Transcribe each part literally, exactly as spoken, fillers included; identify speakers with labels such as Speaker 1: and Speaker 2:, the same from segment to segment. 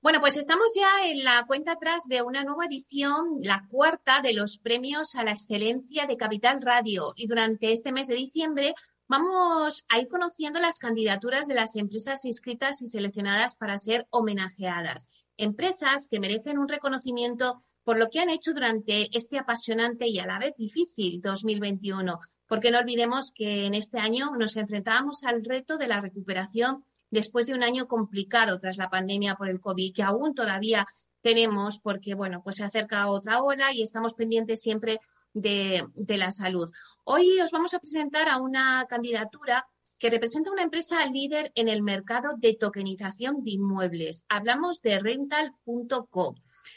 Speaker 1: Bueno, pues estamos ya en la cuenta atrás de una nueva edición, la cuarta de los premios a la excelencia de Capital Radio. Y durante este mes de diciembre vamos a ir conociendo las candidaturas de las empresas inscritas y seleccionadas para ser homenajeadas. Empresas que merecen un reconocimiento por lo que han hecho durante este apasionante y a la vez difícil dos mil veintiuno. Porque no olvidemos que en este año nos enfrentábamos al reto de la recuperación después de un año complicado tras la pandemia por el COVID, que aún todavía tenemos porque, bueno, pues se acerca otra hora y estamos pendientes siempre de, de la salud. Hoy os vamos a presentar a una candidatura que representa una empresa líder en el mercado de tokenización de inmuebles. Hablamos de rental punto co.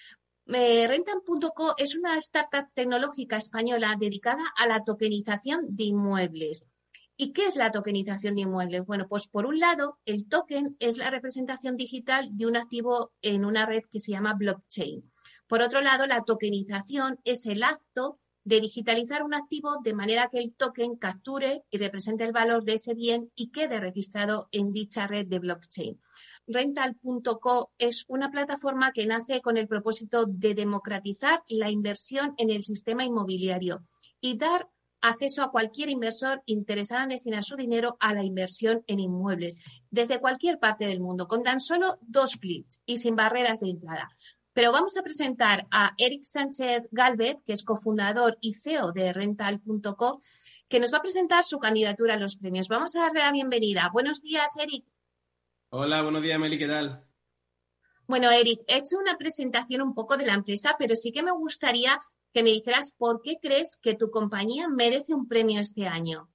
Speaker 1: Eh, rental punto co es una startup tecnológica española dedicada a la tokenización de inmuebles. ¿Y qué es la tokenización de inmuebles? Bueno, pues por un lado, el token es la representación digital de un activo en una red que se llama blockchain. Por otro lado, la tokenización es el acto de digitalizar un activo de manera que el token capture y represente el valor de ese bien y quede registrado en dicha red de blockchain. rental punto co es una plataforma que nace con el propósito de democratizar la inversión en el sistema inmobiliario y dar acceso a cualquier inversor interesado en destinar su dinero a la inversión en inmuebles desde cualquier parte del mundo, con tan solo dos clics y sin barreras de entrada. Pero vamos a presentar a Eric Sánchez Gálvez, que es cofundador y C E O de rental punto co, que nos va a presentar su candidatura a los premios. Vamos a darle la bienvenida. Buenos días, Eric.
Speaker 2: Hola, buenos días, Meli, ¿qué tal?
Speaker 1: Bueno, Eric, he hecho una presentación un poco de la empresa, pero sí que me gustaría que me dijeras por qué crees que tu compañía merece un premio este año.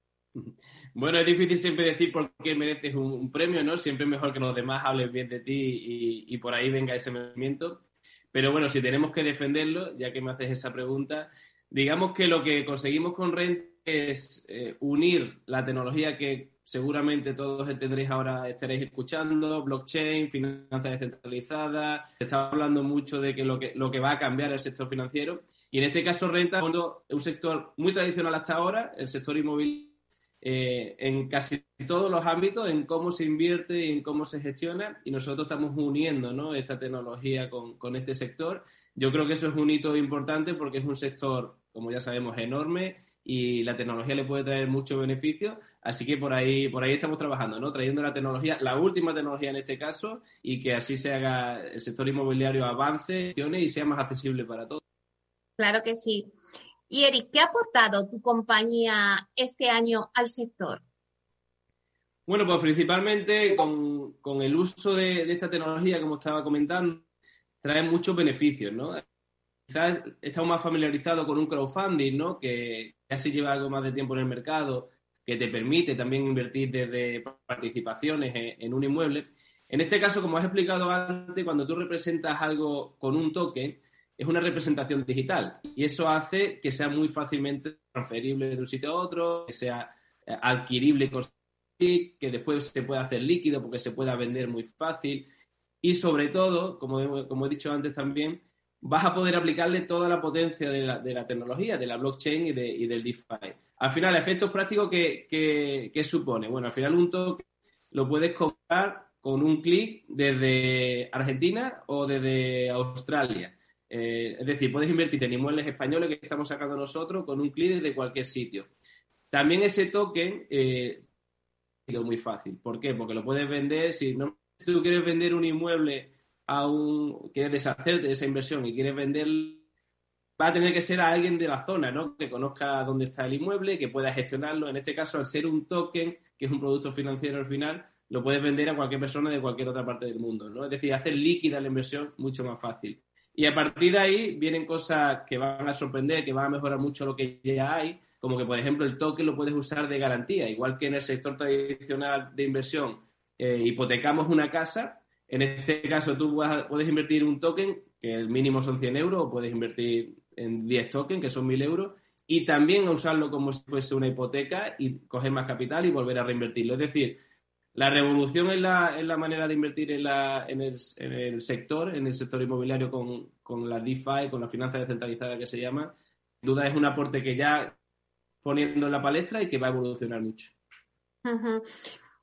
Speaker 2: Bueno, es difícil siempre decir por qué mereces un, un premio, ¿no? Siempre es mejor que los demás hablen bien de ti y, y por ahí venga ese movimiento. Pero bueno, si tenemos que defenderlo, ya que me haces esa pregunta, digamos que lo que conseguimos con Rent es eh, unir la tecnología que seguramente todos tendréis ahora, estaréis escuchando, blockchain, finanzas descentralizadas. Se está hablando mucho de que lo que, lo que va a cambiar el sector financiero. Y en este caso, Renta es un sector muy tradicional hasta ahora, el sector inmobiliario, eh, en casi todos los ámbitos, en cómo se invierte y en cómo se gestiona. Y nosotros estamos uniendo, ¿no?, esta tecnología con, con este sector. Yo creo que eso es un hito importante porque es un sector, como ya sabemos, enorme y la tecnología le puede traer muchos beneficios, así que por ahí por ahí estamos trabajando, ¿no? Trayendo la tecnología, la última tecnología en este caso, y que así se haga el sector inmobiliario avance y sea más accesible para todos.
Speaker 1: Claro que sí. Y Eric, ¿qué ha aportado tu compañía este año al sector?
Speaker 2: Bueno, pues principalmente con, con el uso de, de esta tecnología, como estaba comentando, trae muchos beneficios, ¿no? Quizás estamos más familiarizados con un crowdfunding, ¿no?, que casi lleva algo más de tiempo en el mercado, que te permite también invertir desde participaciones en, en un inmueble. En este caso, como has explicado antes, cuando tú representas algo con un token, es una representación digital y eso hace que sea muy fácilmente transferible de un sitio a otro, que sea adquirible con que después se pueda hacer líquido porque se pueda vender muy fácil y sobre todo, como, como he dicho antes también, vas a poder aplicarle toda la potencia de la, de la tecnología, de la blockchain y, de, y del DeFi. Al final, efectos prácticos, ¿qué, qué, qué supone? Bueno, al final un token lo puedes comprar con un clic desde Argentina o desde Australia. Eh, es decir, puedes invertir en inmuebles españoles que estamos sacando nosotros con un clic desde cualquier sitio. También ese token eh, es muy fácil. ¿Por qué? Porque lo puedes vender, si, no, si tú quieres vender un inmueble a un, quieres deshacerte de esa inversión y quieres vender, va a tener que ser a alguien de la zona, ¿no?, que conozca dónde está el inmueble, que pueda gestionarlo. En este caso, al ser un token, que es un producto financiero al final, lo puedes vender a cualquier persona de cualquier otra parte del mundo, ¿no? Es decir, hacer líquida la inversión mucho más fácil. Y a partir de ahí vienen cosas que van a sorprender, que van a mejorar mucho lo que ya hay, como que, por ejemplo, el token lo puedes usar de garantía, igual que en el sector tradicional de inversión eh, hipotecamos una casa. En este caso, tú puedes invertir un token, que el mínimo son cien euros, o puedes invertir en diez tokens, que son mil euros, y también usarlo como si fuese una hipoteca y coger más capital y volver a reinvertirlo. Es decir, la revolución en la, en la manera de invertir en, la, en, el, en el sector, en el sector inmobiliario con, con la DeFi, con la finanza descentralizada que se llama, sin duda es un aporte que ya poniendo en la palestra y que va a evolucionar mucho.
Speaker 1: Uh-huh.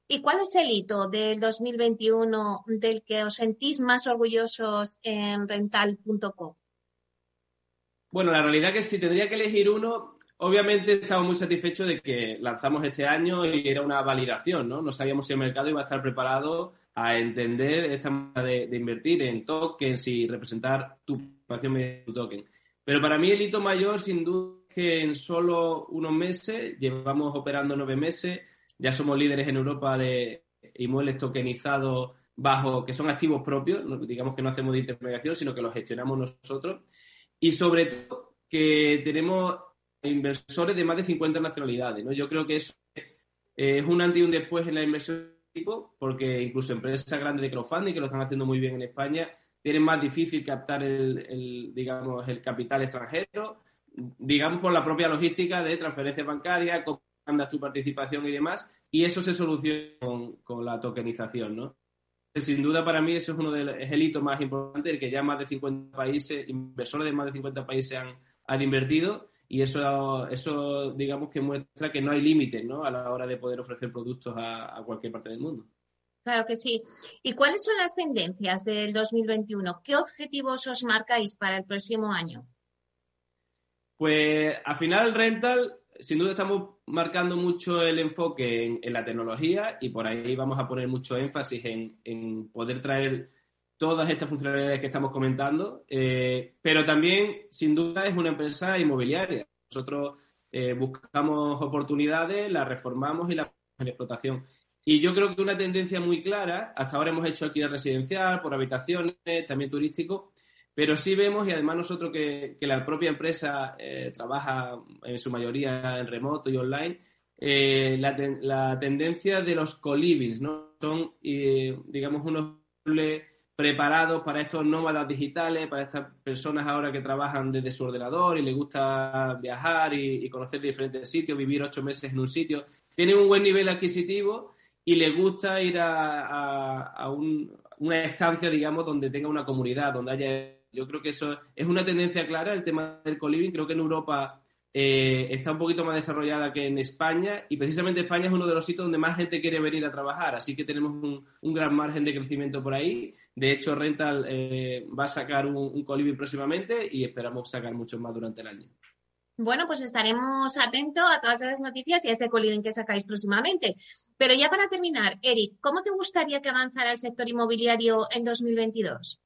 Speaker 1: ¿Y cuál es el hito del dos mil veintiuno del que os sentís más orgullosos en rental punto co?
Speaker 2: Bueno, la realidad es que si tendría que elegir uno, obviamente estamos muy satisfechos de que lanzamos este año y era una validación, ¿no? No sabíamos si el mercado iba a estar preparado a entender esta manera de, de invertir en tokens y representar tu participación mediante tu token. Pero para mí el hito mayor, sin duda, es que en solo unos meses, llevamos operando nueve meses, ya somos líderes en Europa de inmuebles tokenizados bajo, que son activos propios, digamos que no hacemos de intermediación, sino que los gestionamos nosotros. Y sobre todo que tenemos inversores de más de cincuenta nacionalidades, ¿no? Yo creo que eso es un antes y un después en la inversión, porque incluso empresas grandes de crowdfunding que lo están haciendo muy bien en España tienen más difícil captar el, el digamos, el capital extranjero, digamos por la propia logística de transferencias bancarias, cómo mandas tu participación y demás, y eso se soluciona con, con la tokenización, ¿no? Sin duda para mí eso es uno de los, es el hito más importante, el que ya más de cincuenta países, inversores de más de cincuenta países han, han invertido, y eso, eso digamos que muestra que no hay límites, ¿no? A la hora de poder ofrecer productos a, a cualquier parte del mundo.
Speaker 1: Claro que sí. ¿Y cuáles son las tendencias del dos mil veintiuno? ¿Qué objetivos os marcáis para el próximo año?
Speaker 2: Pues al final rental, sin duda estamos marcando mucho el enfoque en, en la tecnología, y por ahí vamos a poner mucho énfasis en, en poder traer todas estas funcionalidades que estamos comentando, eh, pero también, sin duda, es una empresa inmobiliaria. Nosotros eh, buscamos oportunidades, las reformamos y las ponemos en explotación. Y yo creo que una tendencia muy clara, hasta ahora hemos hecho alquiler residencial, por habitaciones, también turístico, pero sí vemos, y además nosotros que, que la propia empresa eh, trabaja en su mayoría en remoto y online, eh, la, ten, la tendencia de los co-livings, ¿no? Son, eh, digamos, unos preparados para estos nómadas digitales, para estas personas ahora que trabajan desde su ordenador y les gusta viajar y, y conocer diferentes sitios, vivir ocho meses en un sitio. Tienen un buen nivel adquisitivo y les gusta ir a, a, a un, una estancia, digamos, donde tenga una comunidad, donde haya... Yo creo que eso es una tendencia clara, el tema del co-living. Creo que en Europa eh, está un poquito más desarrollada que en España, y precisamente España es uno de los sitios donde más gente quiere venir a trabajar, así que tenemos un, un gran margen de crecimiento por ahí. De hecho, Rental eh, va a sacar un, un co-living próximamente y esperamos sacar muchos más durante el año.
Speaker 1: Bueno, pues estaremos atentos a todas esas noticias y a ese co-living que sacáis próximamente. Pero ya para terminar, Eric, ¿cómo te gustaría que avanzara el sector inmobiliario en dos mil veintidós?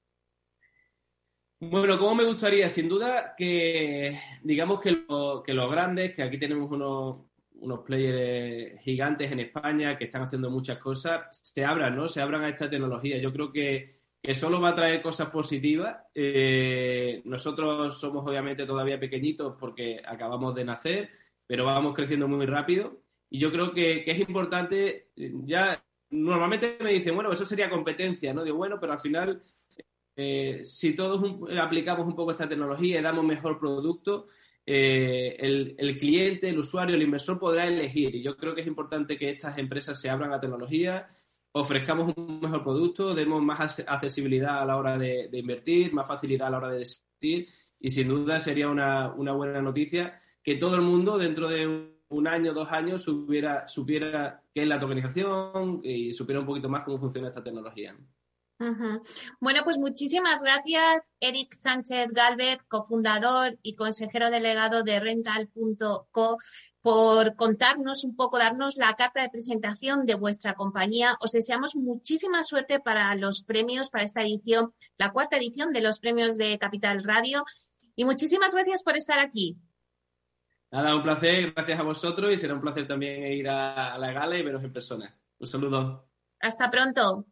Speaker 2: Bueno, ¿cómo me gustaría? Sin duda que, digamos que, lo, que los grandes, que aquí tenemos unos, unos players gigantes en España que están haciendo muchas cosas, se abran, ¿no? Se abran a esta tecnología. Yo creo que, que solo va a traer cosas positivas. Eh, nosotros somos obviamente todavía pequeñitos porque acabamos de nacer, pero vamos creciendo muy rápido. Y yo creo que, que es importante, ya normalmente me dicen, bueno, eso sería competencia, ¿no? Digo, bueno, pero al final... Eh, si todos un, aplicamos un poco esta tecnología y damos mejor producto, eh, el, el cliente, el usuario, el inversor podrá elegir. Y yo creo que es importante que estas empresas se abran a la tecnología, ofrezcamos un mejor producto, demos más accesibilidad a la hora de, de invertir, más facilidad a la hora de decidir, y sin duda sería una, una buena noticia que todo el mundo dentro de un año, dos años supiera, supiera qué es la tokenización y supiera un poquito más cómo funciona esta tecnología.
Speaker 1: Uh-huh. Bueno, pues muchísimas gracias, Eric Sánchez Gálvez, cofundador y consejero delegado de rental punto co, por contarnos un poco, darnos la carta de presentación de vuestra compañía. Os deseamos muchísima suerte para los premios, para esta edición, la cuarta edición de los premios de Capital Radio, y muchísimas gracias por estar aquí.
Speaker 2: Nada, un placer, gracias a vosotros, y será un placer también ir a, a la gala y veros en persona. Un saludo.
Speaker 1: Hasta pronto.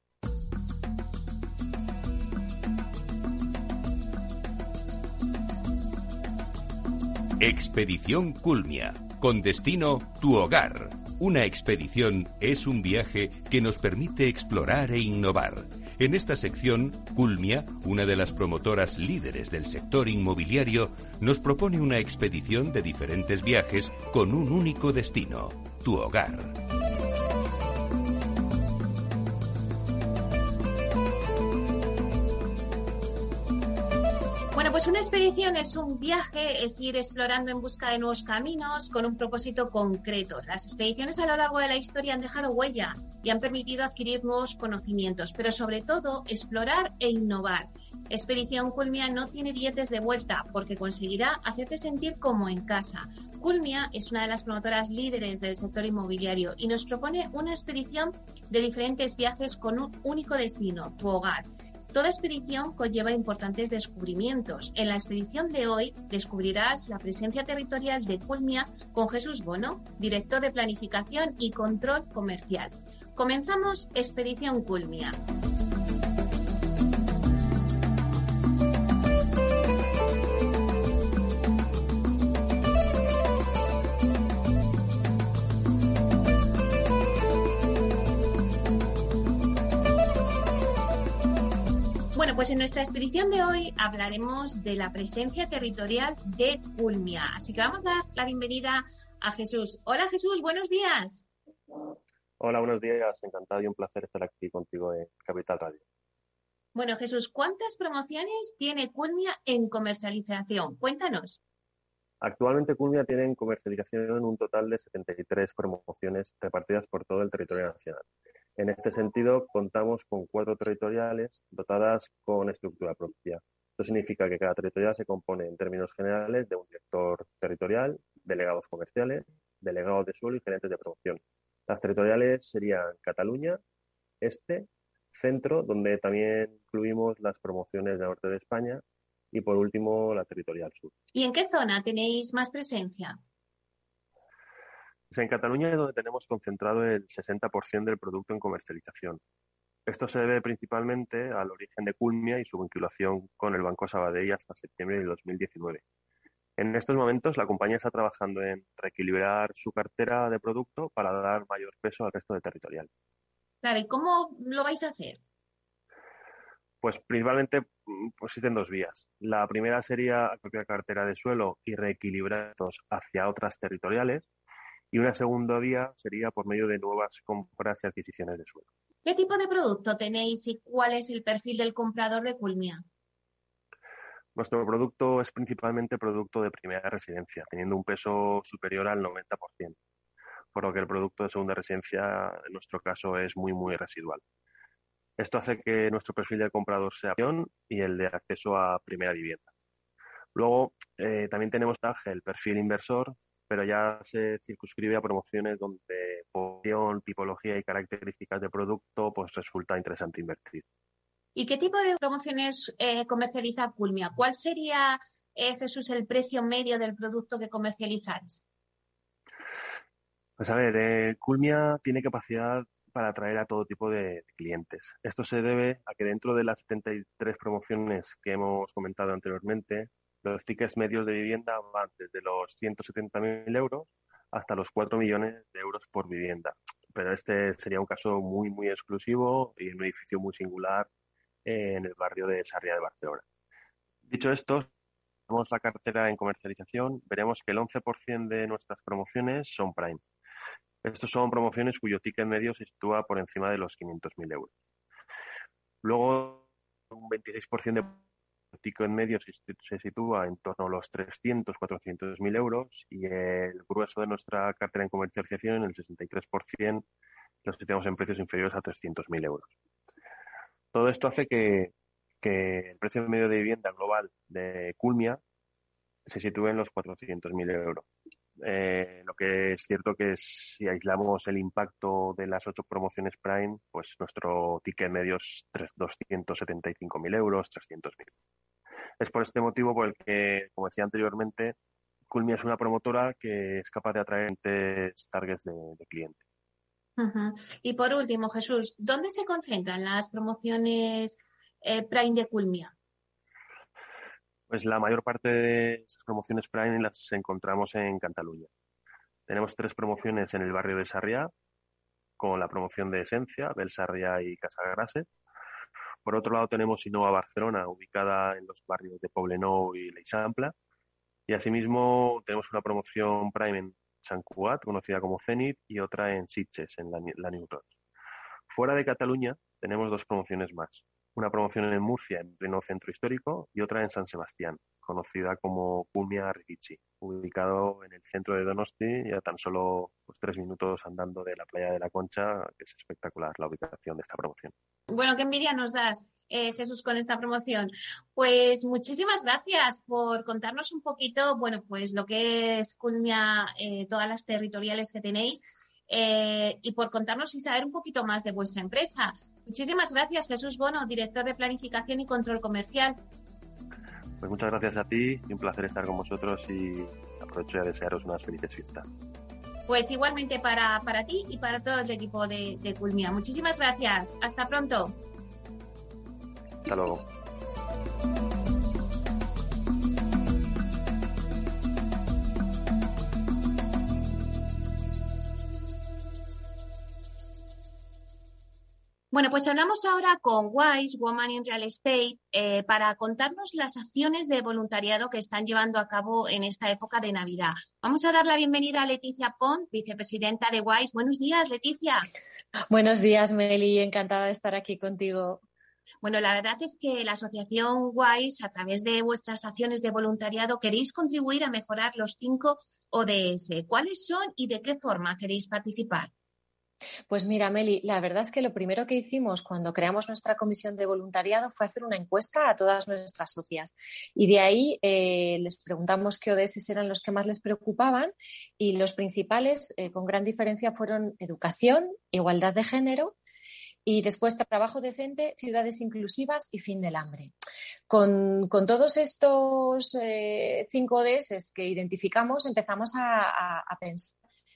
Speaker 3: Expedición Culmia, con destino tu hogar. Una expedición es un viaje que nos permite explorar e innovar. En esta sección, Culmia, una de las promotoras líderes del sector inmobiliario, nos propone una expedición de diferentes viajes con un único destino, tu hogar.
Speaker 1: Bueno, pues una expedición es un viaje, es ir explorando en busca de nuevos caminos con un propósito concreto. Las expediciones a lo largo de la historia han dejado huella y han permitido adquirir nuevos conocimientos, pero sobre todo explorar e innovar. Expedición Culmia no tiene billetes de vuelta porque conseguirá hacerte sentir como en casa. Culmia es una de las promotoras líderes del sector inmobiliario y nos propone una expedición de diferentes viajes con un único destino, tu hogar. Toda expedición conlleva importantes descubrimientos. En la expedición de hoy descubrirás la presencia territorial de Culmia con Jesús Bono, director de Planificación y Control Comercial. Comenzamos Expedición Culmia. Bueno, pues en nuestra expedición de hoy hablaremos de la presencia territorial de Culmia. Así que vamos a dar la bienvenida a Jesús. Hola Jesús, buenos días.
Speaker 4: Hola, buenos días. Encantado y un placer estar aquí contigo en Capital Radio.
Speaker 1: Bueno, Jesús, ¿cuántas promociones tiene Culmia en comercialización? Cuéntanos.
Speaker 4: Actualmente Culmia tiene en comercialización un total de setenta y tres promociones repartidas por todo el territorio nacional. En este sentido, contamos con cuatro territoriales dotadas con estructura propia. Esto significa que cada territorial se compone, en términos generales, de un director territorial, delegados comerciales, delegados de suelo y gerentes de promoción. Las territoriales serían Cataluña, Este, Centro, donde también incluimos las promociones del norte de España, y por último, la territorial sur.
Speaker 1: ¿Y en qué zona tenéis más presencia?
Speaker 4: Pues en Cataluña es donde tenemos concentrado el sesenta por ciento del producto en comercialización. Esto se debe principalmente al origen de Culmia y su vinculación con el Banco Sabadell hasta septiembre de dos mil diecinueve. En estos momentos, la compañía está trabajando en reequilibrar su cartera de producto para dar mayor peso al resto de territoriales.
Speaker 1: Claro, ¿y cómo lo vais a hacer?
Speaker 4: Pues principalmente pues, existen dos vías. La primera sería propia cartera de suelo y reequilibrarlos hacia otras territoriales. Y una segunda vía sería por medio de nuevas compras y adquisiciones de suelo.
Speaker 1: ¿Qué tipo de producto tenéis y cuál es el perfil del comprador de Culmia?
Speaker 4: Nuestro producto es principalmente producto de primera residencia, teniendo un peso superior al noventa por ciento, por lo que el producto de segunda residencia, en nuestro caso, es muy, muy residual. Esto hace que nuestro perfil del comprador sea opción y el de acceso a primera vivienda. Luego, eh, también tenemos el perfil inversor, pero ya se circunscribe a promociones donde posición, tipología y características de producto pues resulta interesante invertir.
Speaker 1: ¿Y qué tipo de promociones eh, comercializa Culmia? ¿Cuál sería, eh, Jesús, el precio medio del producto que comercializáis?
Speaker 4: Pues a ver, eh, Culmia tiene capacidad para atraer a todo tipo de clientes. Esto se debe a que dentro de las setenta y tres promociones que hemos comentado anteriormente, los tickets medios de vivienda van desde los ciento setenta mil euros hasta los cuatro millones de euros por vivienda. Pero este sería un caso muy, muy exclusivo y en un edificio muy singular eh, en el barrio de Sarriá de Barcelona. Dicho esto, si vemos la cartera en comercialización, veremos que el once por ciento de nuestras promociones son Prime. Estos son promociones cuyo ticket medio se sitúa por encima de los quinientos mil euros. Luego, un veintiséis por ciento de el ticket medio se, se sitúa en torno a los trescientos, cuatrocientos mil euros y el grueso de nuestra cartera en comercialización, el sesenta y tres por ciento, lo situamos en precios inferiores a trescientos mil euros. Todo esto hace que, que el precio medio de vivienda global de Culmia se sitúe en los cuatrocientos mil euros. Eh, lo que es cierto que si aislamos el impacto de las ocho promociones Prime, pues nuestro ticket medio es doscientos setenta y cinco mil euros, trescientos mil. Es por este motivo por el que, como decía anteriormente, Culmia es una promotora que es capaz de atraer targets de, de cliente.
Speaker 1: Uh-huh. Y por último, Jesús, ¿dónde se concentran las promociones eh, Prime de Culmia?
Speaker 4: Pues la mayor parte de esas promociones Prime las encontramos en Cataluña. Tenemos tres promociones en el barrio de Sarriá, con la promoción de Esencia, Bel Sarriá y Casagrase. Por otro lado tenemos Innova Barcelona, ubicada en los barrios de Poblenou y l'Eixample. Y asimismo tenemos una promoción Prime en Sant Cugat, conocida como Zenit, y otra en Sitges, en la, la Newton. Fuera de Cataluña tenemos dos promociones más. una promoción en Murcia, en pleno centro histórico, y otra en San Sebastián, conocida como Culmia Argitxi, ubicado en el centro de Donosti y a tan solo pues, tres minutos andando de la playa de la Concha, que es espectacular la ubicación de esta promoción.
Speaker 1: Bueno, qué envidia nos das, eh, Jesús, con esta promoción. Pues muchísimas gracias por contarnos un poquito, bueno, pues lo que es Culmia, eh, todas las territoriales que tenéis, eh, y por contarnos y saber un poquito más de vuestra empresa. Muchísimas gracias, Jesús Bono, director de Planificación y Control Comercial.
Speaker 4: Pues muchas gracias a ti, un placer estar con vosotros y aprovecho a desearos unas felices fiestas.
Speaker 1: Pues igualmente para, para ti y para todo el equipo de, de Culmia. Muchísimas gracias. Hasta pronto.
Speaker 4: Hasta luego.
Speaker 1: Bueno, pues hablamos ahora con Wise, Women in Real Estate, eh, para contarnos las acciones de voluntariado que están llevando a cabo en esta época de Navidad. Vamos a dar la bienvenida a Leticia Pont, vicepresidenta de Wise. Buenos días, Leticia.
Speaker 5: Buenos días, Meli. Encantada de estar aquí contigo.
Speaker 1: Bueno, la verdad es que la asociación Wise, a través de vuestras acciones de voluntariado, queréis contribuir a mejorar los cinco O D S. ¿Cuáles son y de qué forma queréis participar?
Speaker 5: Pues mira, Meli, la verdad es que lo primero que hicimos cuando creamos nuestra comisión de voluntariado fue hacer una encuesta a todas nuestras socias y de ahí eh, les preguntamos qué O D S eran los que más les preocupaban y los principales, eh, con gran diferencia, fueron educación, igualdad de género y después trabajo decente, ciudades inclusivas y fin del hambre. Con, con todos estos eh, cinco O D S que identificamos empezamos a, a, a pensar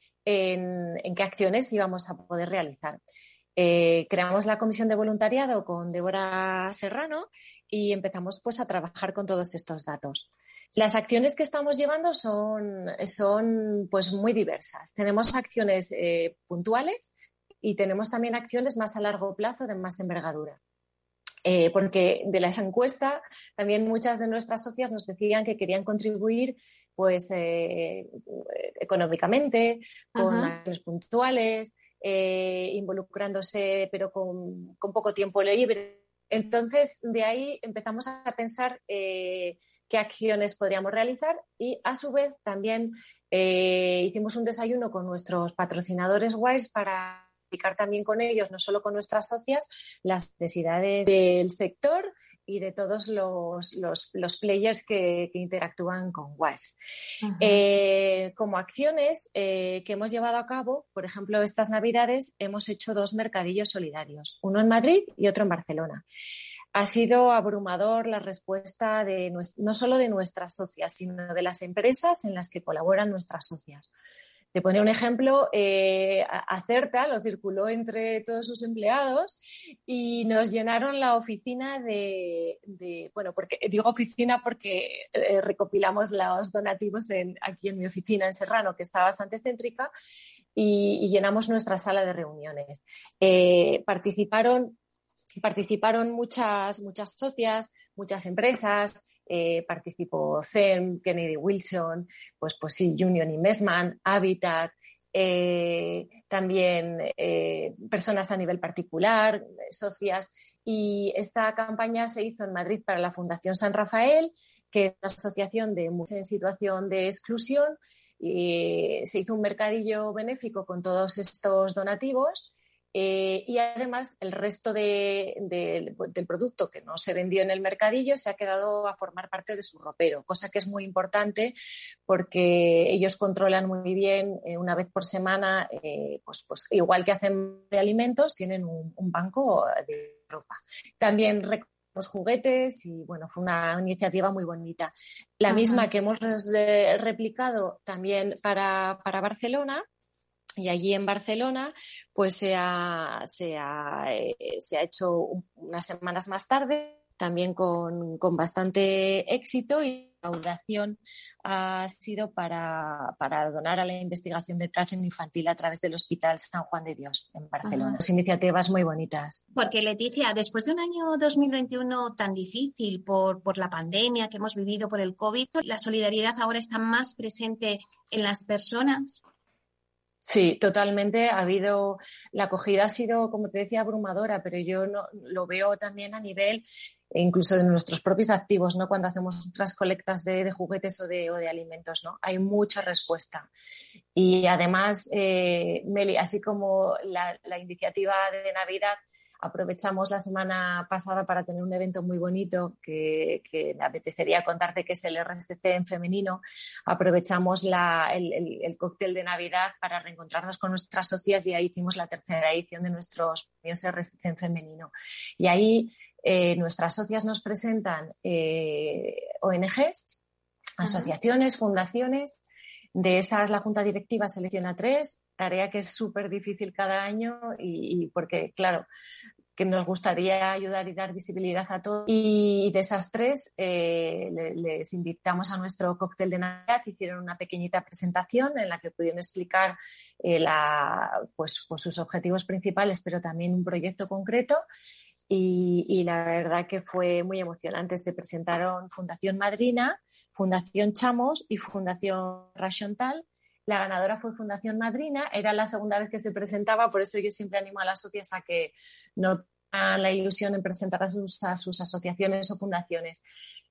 Speaker 5: En, en qué acciones íbamos a poder realizar. Eh, creamos la comisión de voluntariado con Débora Serrano y empezamos pues a trabajar con todos estos datos. Las acciones que estamos llevando son, son pues muy diversas. Tenemos acciones eh, puntuales y tenemos también acciones más a largo plazo de más envergadura. Eh, porque de la encuesta también muchas de nuestras socias nos decían que querían contribuir pues eh, económicamente, con
Speaker 1: Ajá.
Speaker 5: acciones puntuales, eh, involucrándose pero con, con poco tiempo libre. Entonces, de ahí empezamos a pensar eh, qué acciones podríamos realizar y, a su vez, también eh, hicimos un desayuno con nuestros patrocinadores Wise para explicar también con ellos, no solo con nuestras socias, las necesidades del sector y de todos los, los, los players que, que interactúan con Wise. Uh-huh. Eh, como acciones eh, que hemos llevado a cabo, por ejemplo, estas Navidades hemos hecho dos mercadillos solidarios, uno en Madrid y otro en Barcelona. Ha sido abrumador la respuesta de no solo de nuestras socias, sino de las empresas en las que colaboran nuestras socias. Te pone un ejemplo, eh, Acerta lo circuló entre todos sus empleados y nos llenaron la oficina de, de bueno, porque digo oficina porque eh, recopilamos los donativos en, aquí en mi oficina en Serrano, que está bastante céntrica, y, y llenamos nuestra sala de reuniones. Eh, participaron, participaron muchas, muchas socias, muchas empresas. Eh, participó C E M, Kennedy Wilson, pues, pues sí, Union Investment, Habitat, eh, también eh, personas a nivel particular, socias. Y esta campaña se hizo en Madrid para la Fundación San Rafael, que es una asociación de mujeres en situación de exclusión. Y se hizo un mercadillo benéfico con todos estos donativos. Eh, y además el resto de, de, del producto que no se vendió en el mercadillo se ha quedado a formar parte de su ropero, cosa que es muy importante porque ellos controlan muy bien eh, una vez por semana, eh, pues, pues igual que hacen de alimentos, tienen un, un banco de ropa. También recogimos juguetes y bueno, fue una iniciativa muy bonita. La Ajá. misma que hemos eh, replicado también para, para Barcelona. Y allí en Barcelona pues se ha, se ha, eh, se ha hecho un, unas semanas más tarde, también con, con bastante éxito, y la recaudación ha sido para, para donar a la investigación de cáncer infantil a través del Hospital San Juan de Dios en Barcelona. Dos iniciativas muy bonitas.
Speaker 1: Porque, Leticia, después de un año dos mil veintiuno tan difícil por, por la pandemia que hemos vivido por el COVID, ¿la solidaridad ahora está más presente en las personas?
Speaker 5: Sí, totalmente. Ha habido, la acogida ha sido, como te decía, abrumadora, pero yo no, lo veo también a nivel incluso de nuestros propios activos, ¿no? Cuando hacemos otras colectas de, de juguetes o de, o de alimentos, ¿no? Hay mucha respuesta. Y además, eh, Meli, así como la, la iniciativa de Navidad, aprovechamos la semana pasada para tener un evento muy bonito que, que me apetecería contarte, que es el R S C en femenino. Aprovechamos la, el, el, el cóctel de Navidad para reencontrarnos con nuestras socias y ahí hicimos la tercera edición de nuestros premios R S C en femenino. Y ahí eh, nuestras socias nos presentan eh, O N Ges, asociaciones, fundaciones. De esas la Junta Directiva selecciona tres, tarea que es súper difícil cada año y, y porque, claro, que nos gustaría ayudar y dar visibilidad a todos. Y de esas tres eh, le, les invitamos a nuestro cóctel de Navidad, hicieron una pequeñita presentación en la que pudieron explicar eh, la, pues, pues sus objetivos principales, pero también un proyecto concreto. Y, y la verdad que fue muy emocionante. Se presentaron Fundación Madrina, Fundación Chamos y Fundación Rachontal. La ganadora fue Fundación Madrina, era la segunda vez que se presentaba, por eso yo siempre animo a las socias a que no tengan la ilusión en presentar a sus, a sus asociaciones o fundaciones.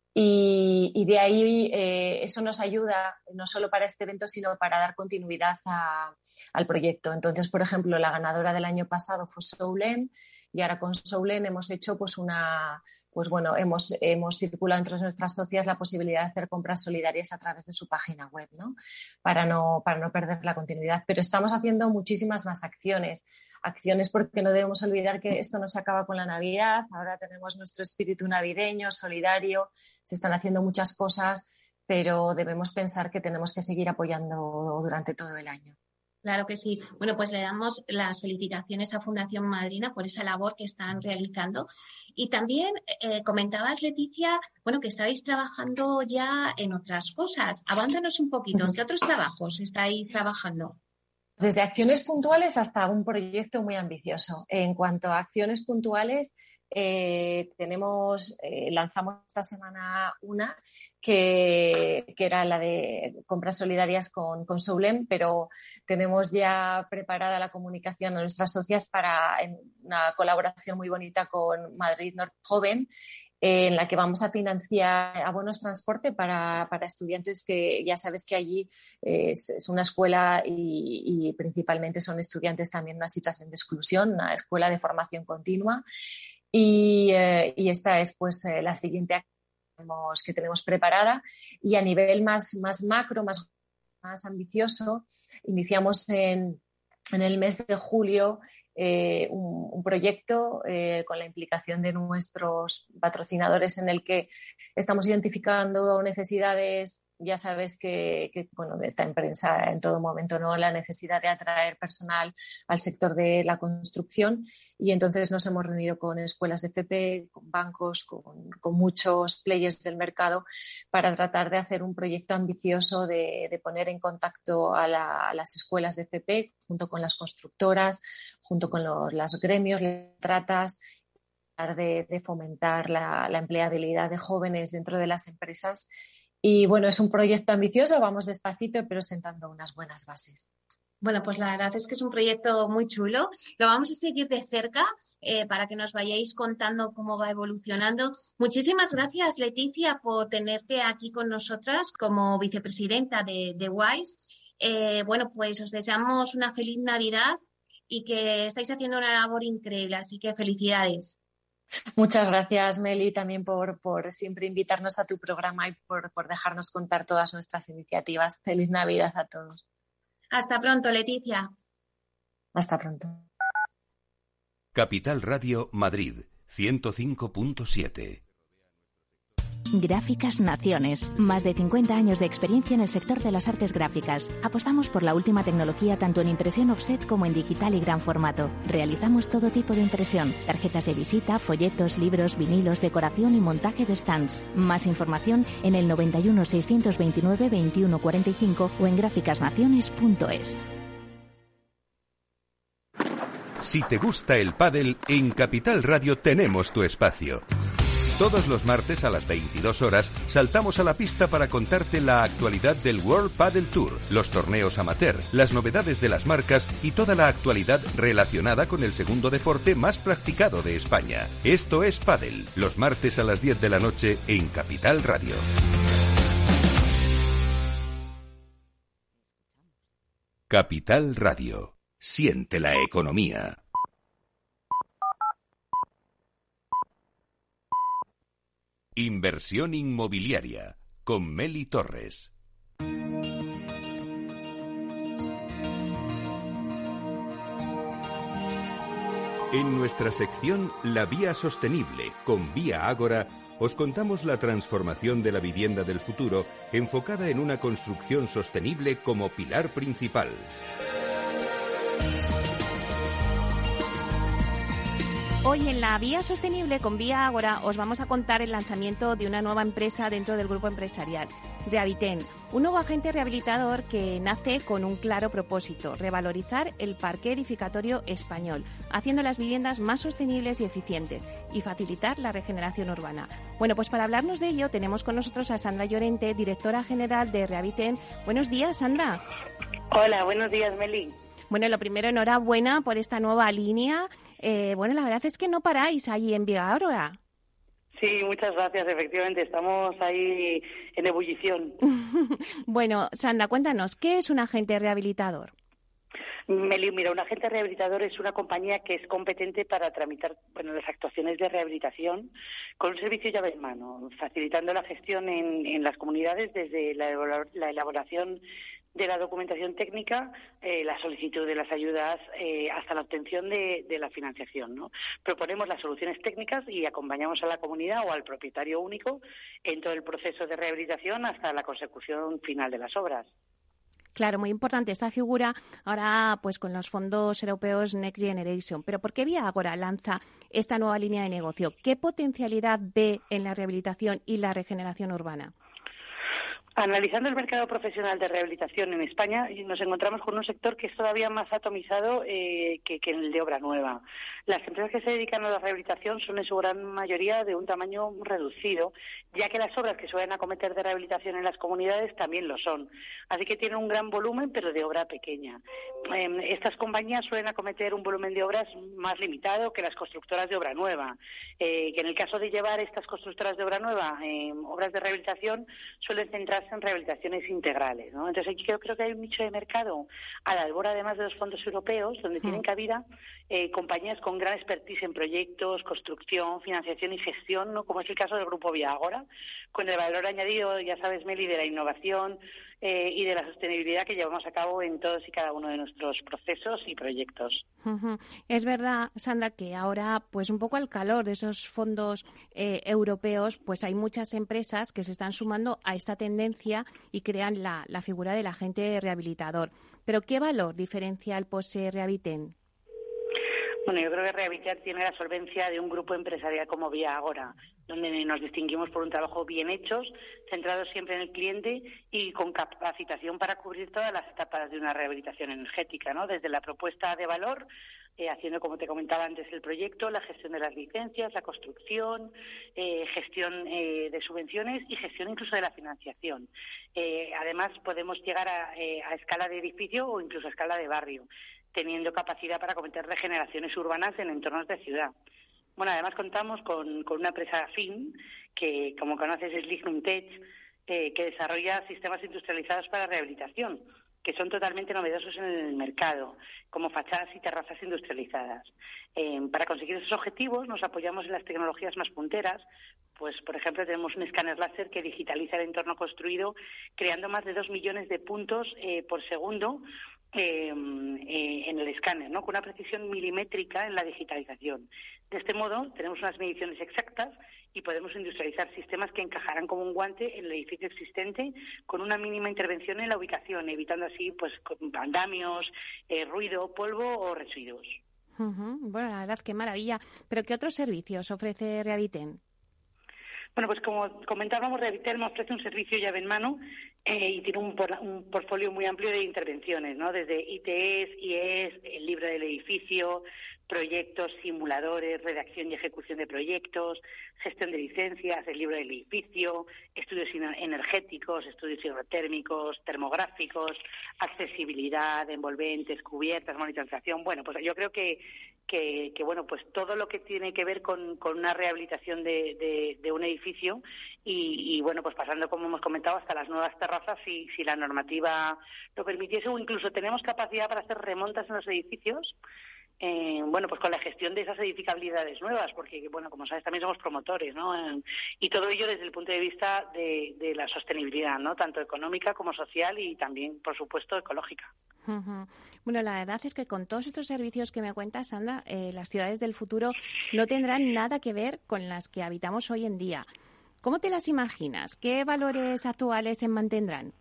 Speaker 5: Y, y de ahí eh, eso nos ayuda no solo para este evento, sino para dar continuidad a, al proyecto. Entonces, por ejemplo, la ganadora del año pasado fue Soulen y ahora con Soulen hemos hecho pues una... Pues bueno, hemos, hemos circulado entre nuestras socias la posibilidad de hacer compras solidarias a través de su página web, ¿no? Para no, para no perder la continuidad. Pero estamos haciendo muchísimas más acciones. Acciones porque no debemos olvidar que esto no se acaba con la Navidad. Ahora tenemos nuestro espíritu navideño, solidario. Se están haciendo muchas cosas, pero debemos pensar que tenemos que seguir apoyando durante todo el año.
Speaker 1: Claro que sí. Bueno, pues le damos las felicitaciones a Fundación Madrina por esa labor que están realizando. Y también eh, comentabas, Leticia, bueno, que estáis trabajando ya en otras cosas. Avánzanos un poquito, ¿en qué otros trabajos estáis trabajando?
Speaker 5: Desde acciones puntuales hasta un proyecto muy ambicioso. En cuanto a acciones puntuales, eh, tenemos, eh, lanzamos esta semana una Que, que era la de compras solidarias con, con Soulen, pero tenemos ya preparada la comunicación a nuestras socias para en una colaboración muy bonita con Madrid Norte Joven, eh, en la que vamos a financiar abonos transporte para, para estudiantes que ya sabes que allí es, es una escuela y, y principalmente son estudiantes también en una situación de exclusión, una escuela de formación continua. Y, eh, y esta es pues eh, la siguiente acción que tenemos preparada. Y a nivel más, más macro, más, más ambicioso, iniciamos en, en el mes de julio eh, un, un proyecto eh, con la implicación de nuestros patrocinadores en el que estamos identificando necesidades. Ya sabes que, que bueno, está en prensa en todo momento, ¿no? La necesidad de atraer personal al sector de la construcción, y entonces nos hemos reunido con escuelas de F P, con bancos, con, con muchos players del mercado para tratar de hacer un proyecto ambicioso de, de poner en contacto a, la, a las escuelas de F P junto con las constructoras, junto con los, los gremios, las tratas, de, de fomentar la, la empleabilidad de jóvenes dentro de las empresas. Y bueno, es un proyecto ambicioso, vamos despacito, pero sentando unas buenas bases.
Speaker 1: Bueno, pues la verdad es que es un proyecto muy chulo. Lo vamos a seguir de cerca eh, para que nos vayáis contando cómo va evolucionando. Muchísimas gracias, Leticia, por tenerte aquí con nosotras como vicepresidenta de, de WISE. Eh, bueno, pues os deseamos una feliz Navidad y que estáis haciendo una labor increíble, así que felicidades.
Speaker 5: Muchas gracias, Meli, también por, por siempre invitarnos a tu programa y por, por dejarnos contar todas nuestras iniciativas. Feliz Navidad a todos.
Speaker 1: Hasta pronto, Leticia.
Speaker 5: Hasta pronto.
Speaker 3: Capital Radio Madrid, ciento cinco punto siete.
Speaker 6: Gráficas Naciones. Más de cincuenta años de experiencia en el sector de las artes gráficas. Apostamos por la última tecnología tanto en impresión offset como en digital y gran formato. Realizamos todo tipo de impresión. Tarjetas de visita, folletos, libros, vinilos, decoración y montaje de stands. Más información en el noventa y uno, seiscientos veintinueve, veintiuno cuarenta y cinco o en gráficas naciones punto es.
Speaker 3: Si te gusta el pádel, en Capital Radio tenemos tu espacio. Todos los martes a las veintidós horas saltamos a la pista para contarte la actualidad del World Padel Tour, los torneos amateur, las novedades de las marcas y toda la actualidad relacionada con el segundo deporte más practicado de España. Esto es Padel, los martes a las diez de la noche en Capital Radio. Capital Radio. Siente la economía. Inversión inmobiliaria con Meli Torres. En nuestra sección La Vía Sostenible con Vía Ágora os contamos la transformación de la vivienda del futuro enfocada en una construcción sostenible como pilar principal.
Speaker 1: Hoy en la Vía Sostenible con Vía Ágora os vamos a contar el lanzamiento de una nueva empresa dentro del grupo empresarial, Rehabiten, un nuevo agente rehabilitador que nace con un claro propósito, revalorizar el parque edificatorio español, haciendo las viviendas más sostenibles y eficientes y facilitar la regeneración urbana. Bueno, pues para hablarnos de ello tenemos con nosotros a Sandra Llorente, directora general de Rehabiten. Buenos días, Sandra.
Speaker 7: Hola, buenos días, Meli.
Speaker 1: Bueno, lo primero, enhorabuena por esta nueva línea. Eh, bueno, la verdad es que no paráis ahí en Vía Ágora.
Speaker 7: Sí, muchas gracias. Efectivamente, estamos ahí en ebullición.
Speaker 1: Bueno, Sandra, cuéntanos, ¿qué es un agente rehabilitador?
Speaker 7: Meli, mira, un agente rehabilitador es una compañía que es competente para tramitar bueno, las actuaciones de rehabilitación con un servicio llave en mano, facilitando la gestión en, en las comunidades desde la, la elaboración de la documentación técnica, eh, la solicitud de las ayudas, eh, hasta la obtención de, de la financiación, ¿no? Proponemos las soluciones técnicas y acompañamos a la comunidad o al propietario único en todo el proceso de rehabilitación hasta la consecución final de las obras.
Speaker 1: Claro, muy importante esta figura ahora pues con los fondos europeos Next Generation. Pero ¿por qué Vía Ágora lanza esta nueva línea de negocio? ¿Qué potencialidad ve en la rehabilitación y la regeneración urbana?
Speaker 7: Analizando el mercado profesional de rehabilitación en España, nos encontramos con un sector que es todavía más atomizado eh, que, que el de obra nueva. Las empresas que se dedican a la rehabilitación son en su gran mayoría de un tamaño reducido, ya que las obras que suelen acometer de rehabilitación en las comunidades también lo son. Así que tienen un gran volumen, pero de obra pequeña. Eh, estas compañías suelen acometer un volumen de obras más limitado que las constructoras de obra nueva, eh, que en el caso de llevar estas constructoras de obra nueva eh, obras de rehabilitación suelen centrarse en rehabilitaciones integrales, ¿no? Entonces aquí yo creo que hay un nicho de mercado a la albora, además de los fondos europeos, donde mm. tienen cabida eh, compañías con gran expertise en proyectos, construcción, financiación y gestión, ¿no? Como es el caso del Grupo Vía Ágora, con el valor añadido, ya sabes, Meli, de la innovación eh, y de la sostenibilidad que llevamos a cabo en todos y cada uno de nuestros procesos y proyectos.
Speaker 1: Uh-huh. Es verdad, Sandra, que ahora, pues un poco al calor de esos fondos eh, europeos, pues hay muchas empresas que se están sumando a esta tendencia y crean la, la figura del agente rehabilitador. Pero ¿qué valor diferencial posee Rehabiten?
Speaker 7: Bueno, yo creo que Rehabiten tiene la solvencia de un grupo empresarial como Vía Ágora, donde nos distinguimos por un trabajo bien hecho, centrado siempre en el cliente y con capacitación para cubrir todas las etapas de una rehabilitación energética, ¿no? Desde la propuesta de valor, eh, haciendo, como te comentaba antes, el proyecto, la gestión de las licencias, la construcción, eh, gestión eh, de subvenciones y gestión incluso de la financiación. Eh, además, podemos llegar a, eh, a escala de edificio o incluso a escala de barrio, teniendo capacidad para cometer regeneraciones urbanas en entornos de ciudad. Bueno, además contamos con, con una empresa afín, que como conoces es Lignum Tech, eh, que desarrolla sistemas industrializados para rehabilitación, que son totalmente novedosos en el mercado, como fachadas y terrazas industrializadas. Eh, para conseguir esos objetivos nos apoyamos en las tecnologías más punteras. Pues, por ejemplo, tenemos un escáner láser que digitaliza el entorno construido, creando más de dos millones de puntos eh, por segundo eh, eh, en el escáner, ¿no? Con una precisión milimétrica en la digitalización. De este modo, tenemos unas mediciones exactas y podemos industrializar sistemas que encajarán como un guante en el edificio existente con una mínima intervención en la ubicación, evitando así pues andamios, eh, ruido, polvo o residuos.
Speaker 1: Uh-huh. Bueno, la verdad, qué maravilla. ¿Pero qué otros servicios ofrece Rehabiten?
Speaker 7: Bueno, pues como comentábamos, Rehabitel ofrece un servicio llave en mano eh, y tiene un, por, un portfolio muy amplio de intervenciones, ¿no? Desde I T Es, I E S, el libro del edificio, proyectos, simuladores, redacción y ejecución de proyectos, gestión de licencias, el libro del edificio, estudios energéticos, estudios hidrotérmicos, termográficos, accesibilidad, envolventes, cubiertas, monitorización. Bueno, pues yo creo que, que, que bueno, pues todo lo que tiene que ver con, con una rehabilitación de, de, de un edificio y, y, bueno, pues pasando, como hemos comentado, hasta las nuevas terrazas, si, si la normativa lo permitiese, o incluso tenemos capacidad para hacer remontas en los edificios. Eh, bueno, pues con la gestión de esas edificabilidades nuevas, porque, bueno, como sabes, también somos promotores, ¿no? Eh, y todo ello desde el punto de vista de, de la sostenibilidad, ¿no? Tanto económica como social y también, por supuesto, ecológica.
Speaker 1: Uh-huh. Bueno, la verdad es que con todos estos servicios que me cuentas, Sandra, eh, las ciudades del futuro no tendrán nada que ver con las que habitamos hoy en día. ¿Cómo te las imaginas? ¿Qué valores actuales se mantendrán?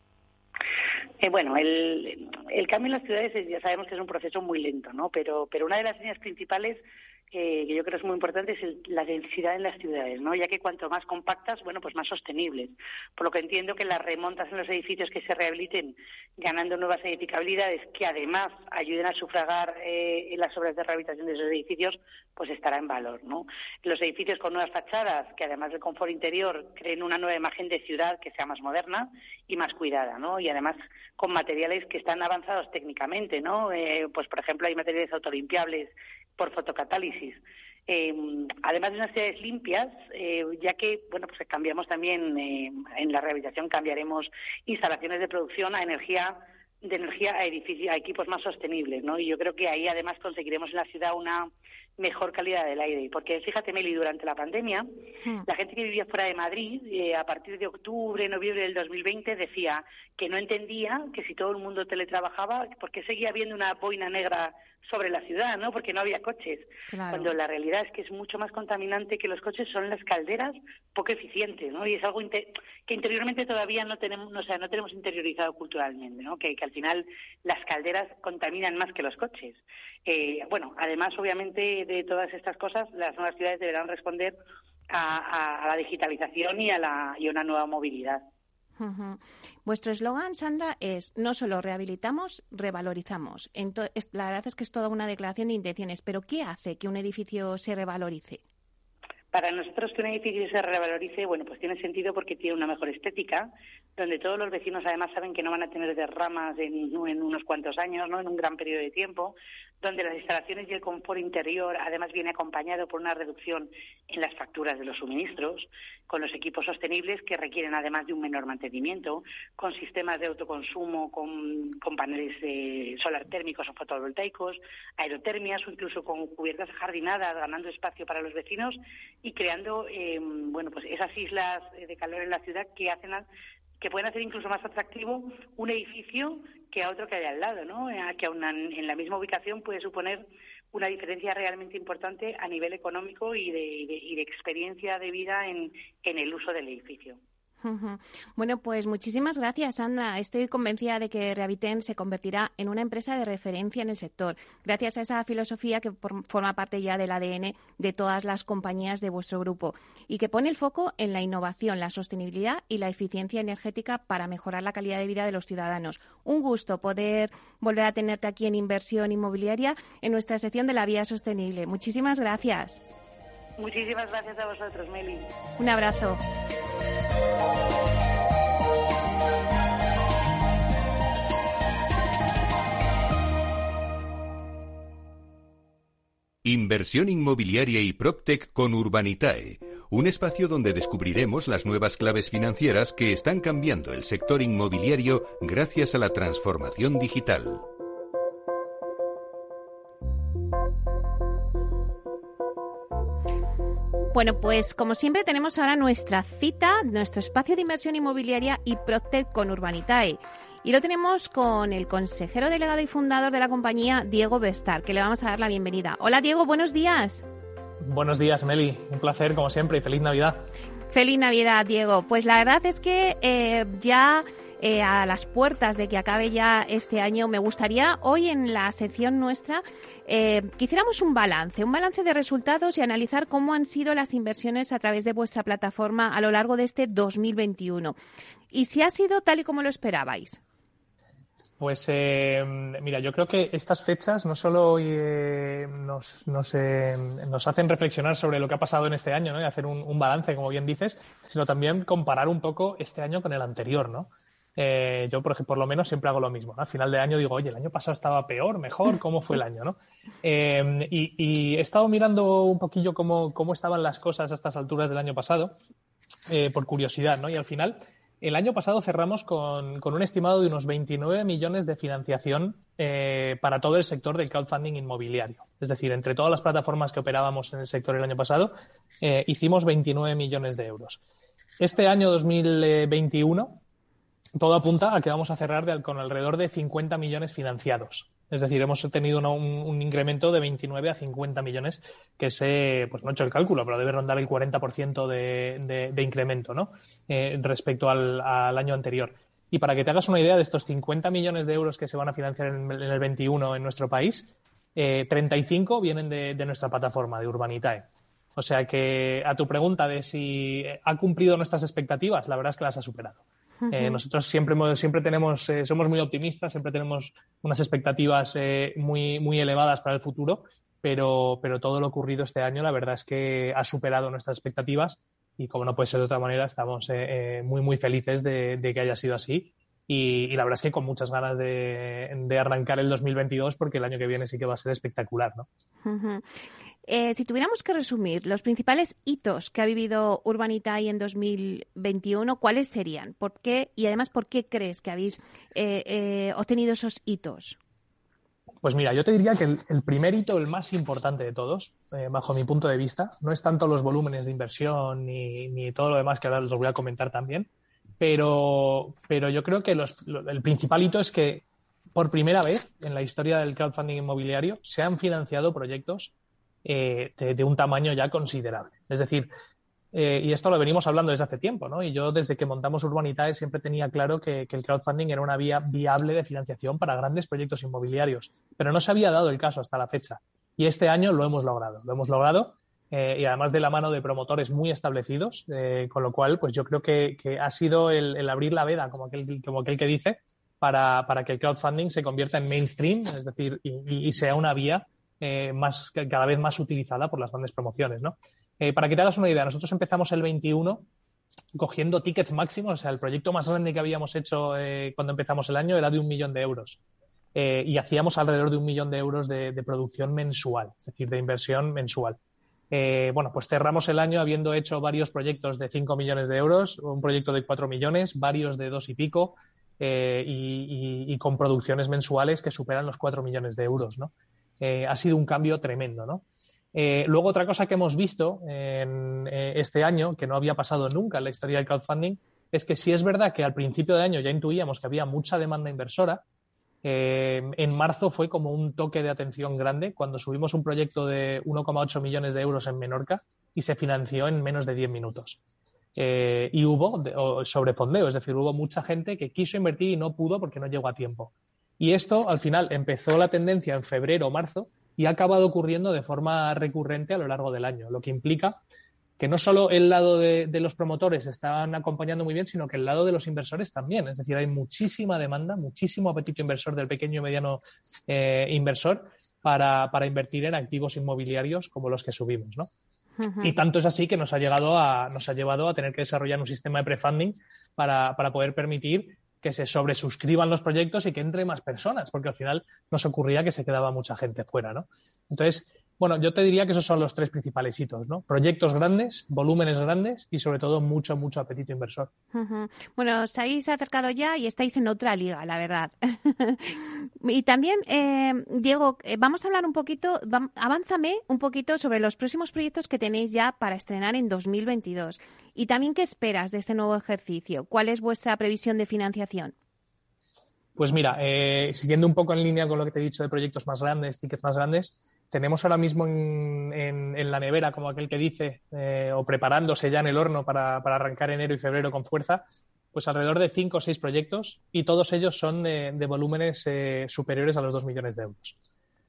Speaker 7: Eh, bueno, el, el cambio en las ciudades ya sabemos que es un proceso muy lento, ¿no? Pero, pero una de las líneas principales eh, que yo creo es muy importante es el, la densidad en las ciudades, ¿no? Ya que cuanto más compactas, bueno, pues más sostenibles. Por lo que entiendo que las remontas en los edificios que se rehabiliten, ganando nuevas edificabilidades que además ayuden a sufragar eh, las obras de rehabilitación de esos edificios, pues estará en valor, ¿no? Los edificios con nuevas fachadas, que además del confort interior, creen una nueva imagen de ciudad que sea más moderna y más cuidada, ¿no? Y además con materiales que están avanzados técnicamente, ¿no? Eh, pues, por ejemplo, hay materiales autolimpiables por fotocatálisis. Eh, además de unas ciudades limpias, eh, ya que, bueno, pues cambiamos también, eh, en la rehabilitación cambiaremos instalaciones de producción a energía, de energía a edificios, a equipos más sostenibles, ¿no? Y yo creo que ahí además conseguiremos en la ciudad una mejor calidad del aire. Porque fíjate, Meli, durante la pandemia, hmm. la gente que vivía fuera de Madrid, eh, a partir de octubre, noviembre del dos mil veinte, decía que no entendía que si todo el mundo teletrabajaba, ¿por qué seguía habiendo una boina negra sobre la ciudad, ¿no? Porque no había coches. Claro. Cuando la realidad es que es mucho más contaminante que los coches son las calderas poco eficientes, ¿no? Y es algo inter- que interiormente todavía no tenemos, o sea, no tenemos interiorizado culturalmente, ¿no? Que, que al final las calderas contaminan más que los coches. Eh, bueno, además, obviamente, de todas estas cosas, las nuevas ciudades deberán responder a, a, a la digitalización y a, la, y a una nueva movilidad.
Speaker 1: Uh-huh. Vuestro eslogan, Sandra, es no solo rehabilitamos, revalorizamos. Entonces, la verdad es que es toda una declaración de intenciones, pero ¿qué hace que un edificio se revalorice?
Speaker 7: Para nosotros que un edificio se revalorice, bueno, pues tiene sentido porque tiene una mejor estética, donde todos los vecinos además saben que no van a tener derramas en, en unos cuantos años, ¿no? En un gran periodo de tiempo, donde las instalaciones y el confort interior además viene acompañado por una reducción en las facturas de los suministros, con los equipos sostenibles que requieren además de un menor mantenimiento, con sistemas de autoconsumo, con, con paneles de solar térmicos o fotovoltaicos, aerotermias o incluso con cubiertas ajardinadas, ganando espacio para los vecinos y creando eh, bueno, pues esas islas de calor en la ciudad que hacen a, que pueden hacer incluso más atractivo un edificio que a otro que hay al lado, ¿no? Que aún en la misma ubicación puede suponer una diferencia realmente importante a nivel económico y de, y de, y de experiencia de vida en, en el uso del edificio.
Speaker 1: Uh-huh. Bueno, pues muchísimas gracias, Sandra. Estoy convencida de que Rehabitel se convertirá en una empresa de referencia en el sector, gracias a esa filosofía que por, forma parte ya del A D N de todas las compañías de vuestro grupo y que pone el foco en la innovación, la sostenibilidad y la eficiencia energética para mejorar la calidad de vida de los ciudadanos. Un gusto poder volver a tenerte aquí en Inversión Inmobiliaria en nuestra sección de la Vía Sostenible. Muchísimas gracias.
Speaker 7: Muchísimas gracias a vosotros, Meli.
Speaker 1: Un abrazo.
Speaker 3: Inversión inmobiliaria y PropTech con Urbanitae, un espacio donde descubriremos las nuevas claves financieras que están cambiando el sector inmobiliario gracias a la transformación digital.
Speaker 1: Bueno, pues como siempre tenemos ahora nuestra cita, nuestro espacio de inversión inmobiliaria y PropTech con Urbanitae. Y lo tenemos con el consejero delegado y fundador de la compañía, Diego Bestar, que le vamos a dar la bienvenida. Hola, Diego, buenos días.
Speaker 8: Buenos días, Meli. Un placer, como siempre, y feliz Navidad.
Speaker 1: Feliz Navidad, Diego. Pues la verdad es que eh, ya eh, a las puertas de que acabe ya este año, me gustaría hoy en la sección nuestra eh, quisiéramos un balance, un balance de resultados y analizar cómo han sido las inversiones a través de vuestra plataforma a lo largo de este dos mil veintiuno. Y si ha sido tal y como lo esperabais.
Speaker 8: Pues eh, mira, yo creo que estas fechas no solo eh, nos, nos, eh, nos hacen reflexionar sobre lo que ha pasado en este año, ¿no? Y hacer un, un balance, como bien dices, sino también comparar un poco este año con el anterior, ¿no? Eh, yo, por, por lo menos, siempre hago lo mismo, ¿no? Al final de año digo, oye, el año pasado estaba peor, mejor, ¿cómo fue el año, no? Eh, y, y he estado mirando un poquillo cómo, cómo estaban las cosas a estas alturas del año pasado, eh, por curiosidad, ¿no? Y al final... El año pasado cerramos con, con un estimado de unos veintinueve millones de financiación eh, para todo el sector del crowdfunding inmobiliario. Es decir, entre todas las plataformas que operábamos en el sector el año pasado, eh, hicimos veintinueve millones de euros. Este año dos mil veintiuno, todo apunta a que vamos a cerrar de, con alrededor de cincuenta millones financiados. Es decir, hemos tenido una, un, un incremento de veintinueve a cincuenta millones, que se, pues no he hecho el cálculo, pero debe rondar el cuarenta por ciento de, de, de incremento, ¿no? Eh, respecto al, al año anterior. Y para que te hagas una idea de estos cincuenta millones de euros que se van a financiar en, en el veintiuno en nuestro país, eh, treinta y cinco vienen de, de nuestra plataforma, de Urbanitae. O sea que a tu pregunta de si ha cumplido nuestras expectativas, la verdad es que las ha superado. Eh, nosotros siempre, siempre tenemos, eh, somos muy optimistas, siempre tenemos unas expectativas eh, muy, muy elevadas para el futuro, pero, pero todo lo ocurrido este año, la verdad es que ha superado nuestras expectativas y, como no puede ser de otra manera, estamos eh, eh, muy, muy felices de, de que haya sido así y, y la verdad es que con muchas ganas de, de arrancar el dos mil veintidós porque el año que viene sí que va a ser espectacular, ¿no?
Speaker 1: Uh-huh. Eh, si tuviéramos que resumir los principales hitos que ha vivido Urbanitae en dos mil veintiuno, ¿cuáles serían? ¿Por qué? Y además, ¿por qué crees que habéis eh, eh, obtenido esos hitos?
Speaker 8: Pues mira, yo te diría que el, el primer hito, el más importante de todos, eh, bajo mi punto de vista, no es tanto los volúmenes de inversión ni, ni todo lo demás que ahora os voy a comentar también, pero, pero yo creo que los, lo, el principal hito es que por primera vez en la historia del crowdfunding inmobiliario se han financiado proyectos Eh, de, de un tamaño ya considerable. Es decir, eh, y esto lo venimos hablando desde hace tiempo, ¿no? Y yo desde que montamos Urbanitae siempre tenía claro que, que el crowdfunding era una vía viable de financiación para grandes proyectos inmobiliarios, pero no se había dado el caso hasta la fecha. Y este año lo hemos logrado. Lo hemos logrado eh, y además de la mano de promotores muy establecidos, eh, con lo cual pues yo creo que, que ha sido el, el abrir la veda, como aquel, como aquel que dice, para, para que el crowdfunding se convierta en mainstream, es decir, y, y, y sea una vía Eh, más, cada vez más utilizada por las grandes promociones, ¿no? Eh, para que te hagas una idea, nosotros empezamos el veintiuno cogiendo tickets máximos, o sea, el proyecto más grande que habíamos hecho eh, cuando empezamos el año era de un millón de euros eh, y hacíamos alrededor de un millón de euros de, de producción mensual, es decir, de inversión mensual. Eh, bueno, pues cerramos el año habiendo hecho varios proyectos de cinco millones de euros, un proyecto de cuatro millones, varios de dos y pico eh, y, y, y con producciones mensuales que superan los cuatro millones de euros, ¿no? Eh, ha sido un cambio tremendo, ¿no? Eh, luego, otra cosa que hemos visto en eh, este año, que no había pasado nunca en la historia del crowdfunding, es que sí es verdad que al principio de año ya intuíamos que había mucha demanda inversora. Eh, en marzo fue como un toque de atención grande cuando subimos un proyecto de uno coma ocho millones de euros en Menorca y se financió en menos de diez minutos. Eh, y hubo de, o sobrefondeo, es decir, hubo mucha gente que quiso invertir y no pudo porque no llegó a tiempo. Y esto, al final, empezó la tendencia en febrero o marzo y ha acabado ocurriendo de forma recurrente a lo largo del año, lo que implica que no solo el lado de, de los promotores estaban acompañando muy bien, sino que el lado de los inversores también. Es decir, hay muchísima demanda, muchísimo apetito inversor del pequeño y mediano eh, inversor para, para invertir en activos inmobiliarios como los que subimos, ¿no? Uh-huh. Y tanto es así que nos ha, llegado a, nos ha llevado a tener que desarrollar un sistema de prefunding para, para poder permitir que se sobresuscriban los proyectos y que entre más personas, porque al final nos ocurría que se quedaba mucha gente fuera, ¿no? Entonces, bueno, yo te diría que esos son los tres principales hitos, ¿no? Proyectos grandes, volúmenes grandes y sobre todo mucho, mucho apetito inversor.
Speaker 1: Uh-huh. Bueno, os habéis acercado ya y estáis en otra liga, la verdad. Y también, eh, Diego, eh, vamos a hablar un poquito, va, avánzame un poquito sobre los próximos proyectos que tenéis ya para estrenar en dos mil veintidós. Y también, ¿qué esperas de este nuevo ejercicio? ¿Cuál es vuestra previsión de financiación?
Speaker 8: Pues mira, eh, siguiendo un poco en línea con lo que te he dicho de proyectos más grandes, tickets más grandes, tenemos ahora mismo en, en, en la nevera, como aquel que dice, eh, o preparándose ya en el horno para, para arrancar enero y febrero con fuerza, pues alrededor de cinco o seis proyectos y todos ellos son de, de volúmenes eh, superiores a los dos millones de euros.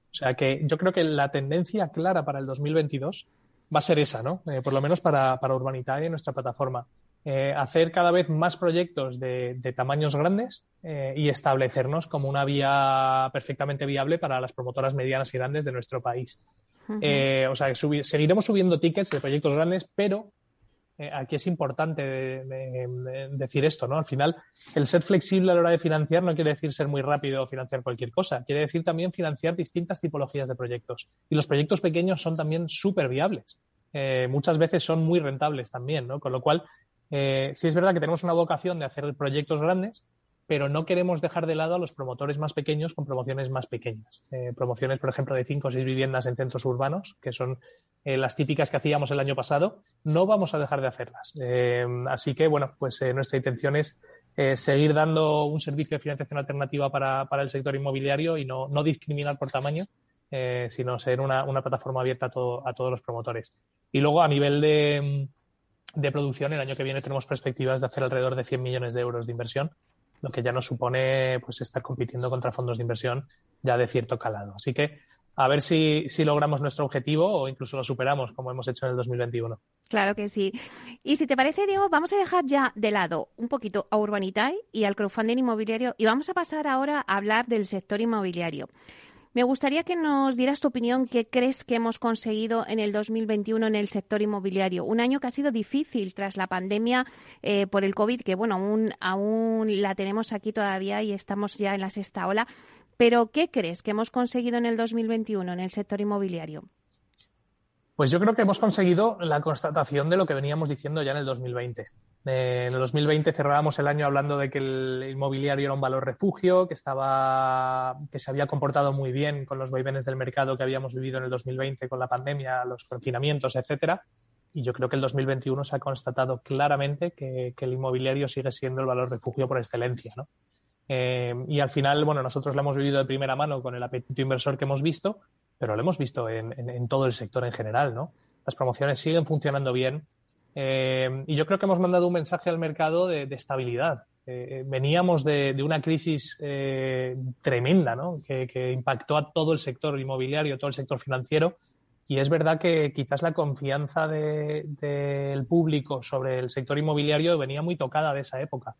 Speaker 8: O sea que yo creo que la tendencia clara para el dos mil veintidós va a ser esa, ¿no? Eh, por lo menos para, para Urbanitae y nuestra plataforma. Eh, hacer cada vez más proyectos de, de tamaños grandes eh, y establecernos como una vía perfectamente viable para las promotoras medianas y grandes de nuestro país. Uh-huh. Eh, o sea, subir, seguiremos subiendo tickets de proyectos grandes, pero eh, aquí es importante de, de, de decir esto, ¿no? Al final, el ser flexible a la hora de financiar no quiere decir ser muy rápido o financiar cualquier cosa. Quiere decir también financiar distintas tipologías de proyectos. Y los proyectos pequeños son también súper viables. Eh, muchas veces son muy rentables también, ¿no? Con lo cual, Eh, sí es verdad que tenemos una vocación de hacer proyectos grandes, pero no queremos dejar de lado a los promotores más pequeños con promociones más pequeñas. Eh, promociones, por ejemplo, de cinco o seis viviendas en centros urbanos, que son eh, las típicas que hacíamos el año pasado, no vamos a dejar de hacerlas. Eh, así que, bueno, pues eh, nuestra intención es eh, seguir dando un servicio de financiación alternativa para, para el sector inmobiliario y no, no discriminar por tamaño, eh, sino ser una, una plataforma abierta a, todo, a todos los promotores. Y luego, a nivel de... de producción, el año que viene tenemos perspectivas de hacer alrededor de cien millones de euros de inversión, lo que ya nos supone pues estar compitiendo contra fondos de inversión ya de cierto calado. Así que a ver si, si logramos nuestro objetivo o incluso lo superamos, como hemos hecho en el dos mil veintiuno.
Speaker 1: Claro que sí. Y si te parece, Diego, vamos a dejar ya de lado un poquito a Urbanitae y al crowdfunding inmobiliario y vamos a pasar ahora a hablar del sector inmobiliario. Me gustaría que nos dieras tu opinión, qué crees que hemos conseguido en el dos mil veintiuno en el sector inmobiliario. Un año que ha sido difícil tras la pandemia eh, por el COVID, que bueno, aún, aún la tenemos aquí todavía y estamos ya en la sexta ola. Pero, ¿qué crees que hemos conseguido en el dos mil veintiuno en el sector inmobiliario?
Speaker 8: Pues yo creo que hemos conseguido la constatación de lo que veníamos diciendo ya en el dos mil veinte. Eh, en el dos mil veinte cerrábamos el año hablando de que el inmobiliario era un valor refugio, que estaba, que se había comportado muy bien con los vaivenes del mercado que habíamos vivido en el dos mil veinte con la pandemia, los confinamientos, etcétera. Y yo creo que el dos mil veintiuno se ha constatado claramente que, que el inmobiliario sigue siendo el valor refugio por excelencia, ¿no? Eh, y al final, bueno, nosotros lo hemos vivido de primera mano con el apetito inversor que hemos visto, pero lo hemos visto en, en, en todo el sector en general, ¿no? Las promociones siguen funcionando bien. Eh, y yo creo que hemos mandado un mensaje al mercado de, de estabilidad. Eh, veníamos de, de una crisis eh, tremenda, ¿no? Que, que impactó a todo el sector inmobiliario, todo el sector financiero, y es verdad que quizás la confianza de, del público sobre el sector inmobiliario venía muy tocada de esa época.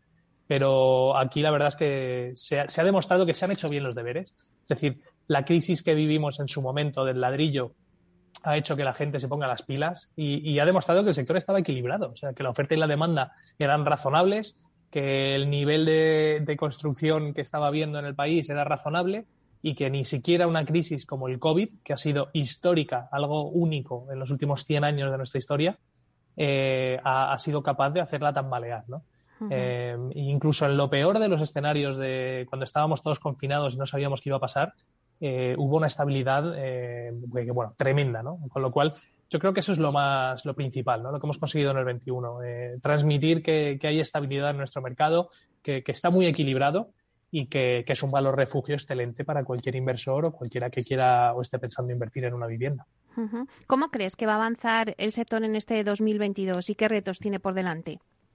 Speaker 8: Pero aquí la verdad es que se ha, se ha demostrado que se han hecho bien los deberes. Es decir, la crisis que vivimos en su momento del ladrillo ha hecho que la gente se ponga las pilas y, y ha demostrado que el sector estaba equilibrado, o sea, que la oferta y la demanda eran razonables, que el nivel de, de construcción que estaba habiendo en el país era razonable y que ni siquiera una crisis como el COVID, que ha sido histórica, algo único en los últimos cien años de nuestra historia, eh, ha, ha sido capaz de hacerla tambalear, ¿no? Uh-huh. Eh, incluso en lo peor de los escenarios de cuando estábamos todos confinados y no sabíamos qué iba a pasar, Eh, hubo una estabilidad eh, bueno, tremenda, ¿no? Con lo cual, yo creo que eso es lo más, lo principal, ¿no? Lo que hemos conseguido en el veintiuno. Eh, transmitir que, que hay estabilidad en nuestro mercado, que, que está muy equilibrado y que, que es un valor refugio excelente para cualquier inversor o cualquiera que quiera o esté pensando invertir en una vivienda.
Speaker 1: Uh-huh. ¿Cómo crees que va a avanzar el sector en este dos mil veintidós y qué retos tiene por delante?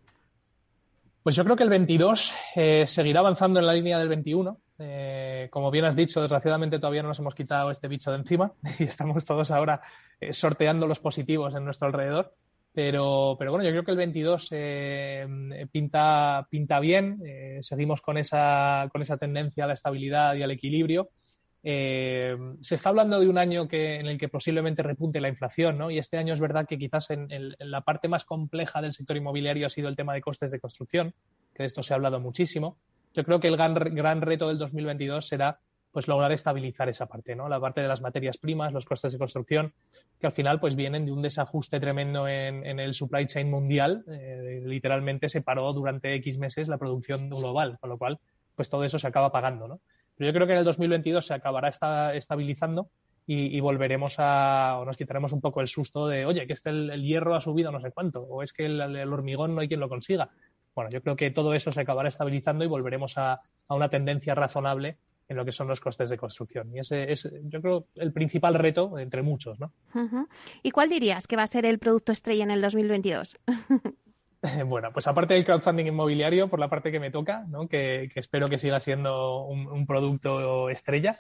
Speaker 8: Pues yo creo que el veintidós eh, seguirá avanzando en la línea del veintiuno. Eh, como bien has dicho, desgraciadamente todavía no nos hemos quitado este bicho de encima y estamos todos ahora eh, sorteando los positivos en nuestro alrededor. Pero, pero bueno, yo creo que el veintidós eh, pinta, pinta bien. Eh, seguimos con esa, con esa tendencia a la estabilidad y al equilibrio. Eh, se está hablando de un año que, en el que posiblemente repunte la inflación, ¿no? Y este año es verdad que quizás en, en, en la parte más compleja del sector inmobiliario ha sido el tema de costes de construcción, que de esto se ha hablado muchísimo. Yo creo que el gran, gran reto del dos mil veintidós será pues lograr estabilizar esa parte, ¿no? La parte de las materias primas, los costes de construcción, que al final pues vienen de un desajuste tremendo en, en el supply chain mundial. Eh, literalmente se paró durante X meses la producción global, con lo cual pues todo eso se acaba pagando, ¿no? Pero yo creo que en el dos mil veintidós se acabará esta, estabilizando y, y volveremos a, o nos quitaremos un poco el susto de, oye, que es que el, el hierro ha subido no sé cuánto, o es que el, el hormigón no hay quien lo consiga. Bueno, yo creo que todo eso se acabará estabilizando y volveremos a, a una tendencia razonable en lo que son los costes de construcción. Y ese es, yo creo, el principal reto entre muchos, ¿no?
Speaker 1: Uh-huh. ¿Y cuál dirías que va a ser el producto estrella en el dos mil veintidós?
Speaker 8: Bueno, pues aparte del crowdfunding inmobiliario, por la parte que me toca, ¿no? que, que espero que siga siendo un, un producto estrella,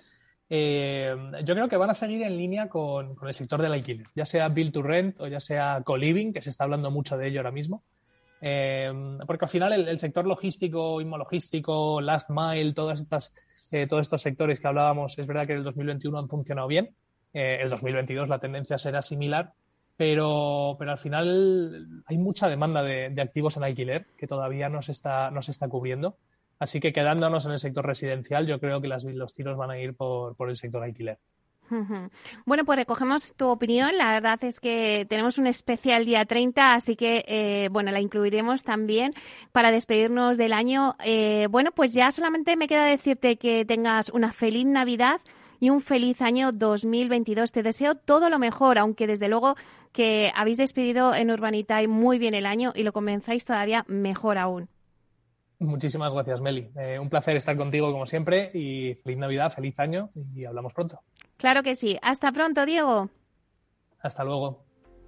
Speaker 8: eh, yo creo que van a seguir en línea con, con el sector del alquiler, ya sea Build to Rent o ya sea co-living, que se está hablando mucho de ello ahora mismo. Eh, porque al final el, el sector logístico, inmologístico, last mile, todas estas, eh, todos estos sectores que hablábamos, es verdad que en el dos mil veintiuno han funcionado bien. Eh, el dos mil veintidós la tendencia será similar, pero, pero al final hay mucha demanda de, de activos en alquiler que todavía no se está, no se está cubriendo. Así que quedándonos en el sector residencial, yo creo que las, los tiros van a ir por, por el sector alquiler.
Speaker 1: Bueno, pues recogemos tu opinión. La verdad es que tenemos un especial día treinta, así que, eh, bueno, la incluiremos también para despedirnos del año. Eh, bueno, pues ya solamente me queda decirte que tengas una feliz Navidad y un feliz año dos mil veintidós. Te deseo todo lo mejor, aunque desde luego que habéis despedido en Urbanitae muy bien el año y lo comenzáis todavía mejor aún.
Speaker 8: Muchísimas gracias, Meli. Eh, un placer estar contigo como siempre y feliz Navidad, feliz año y hablamos pronto.
Speaker 1: Claro que sí. Hasta pronto, Diego.
Speaker 8: Hasta luego.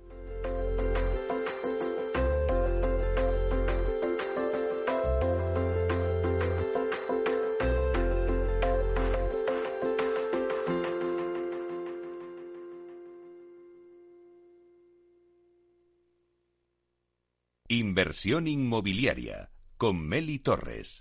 Speaker 3: Inversión inmobiliaria con Meli Torres.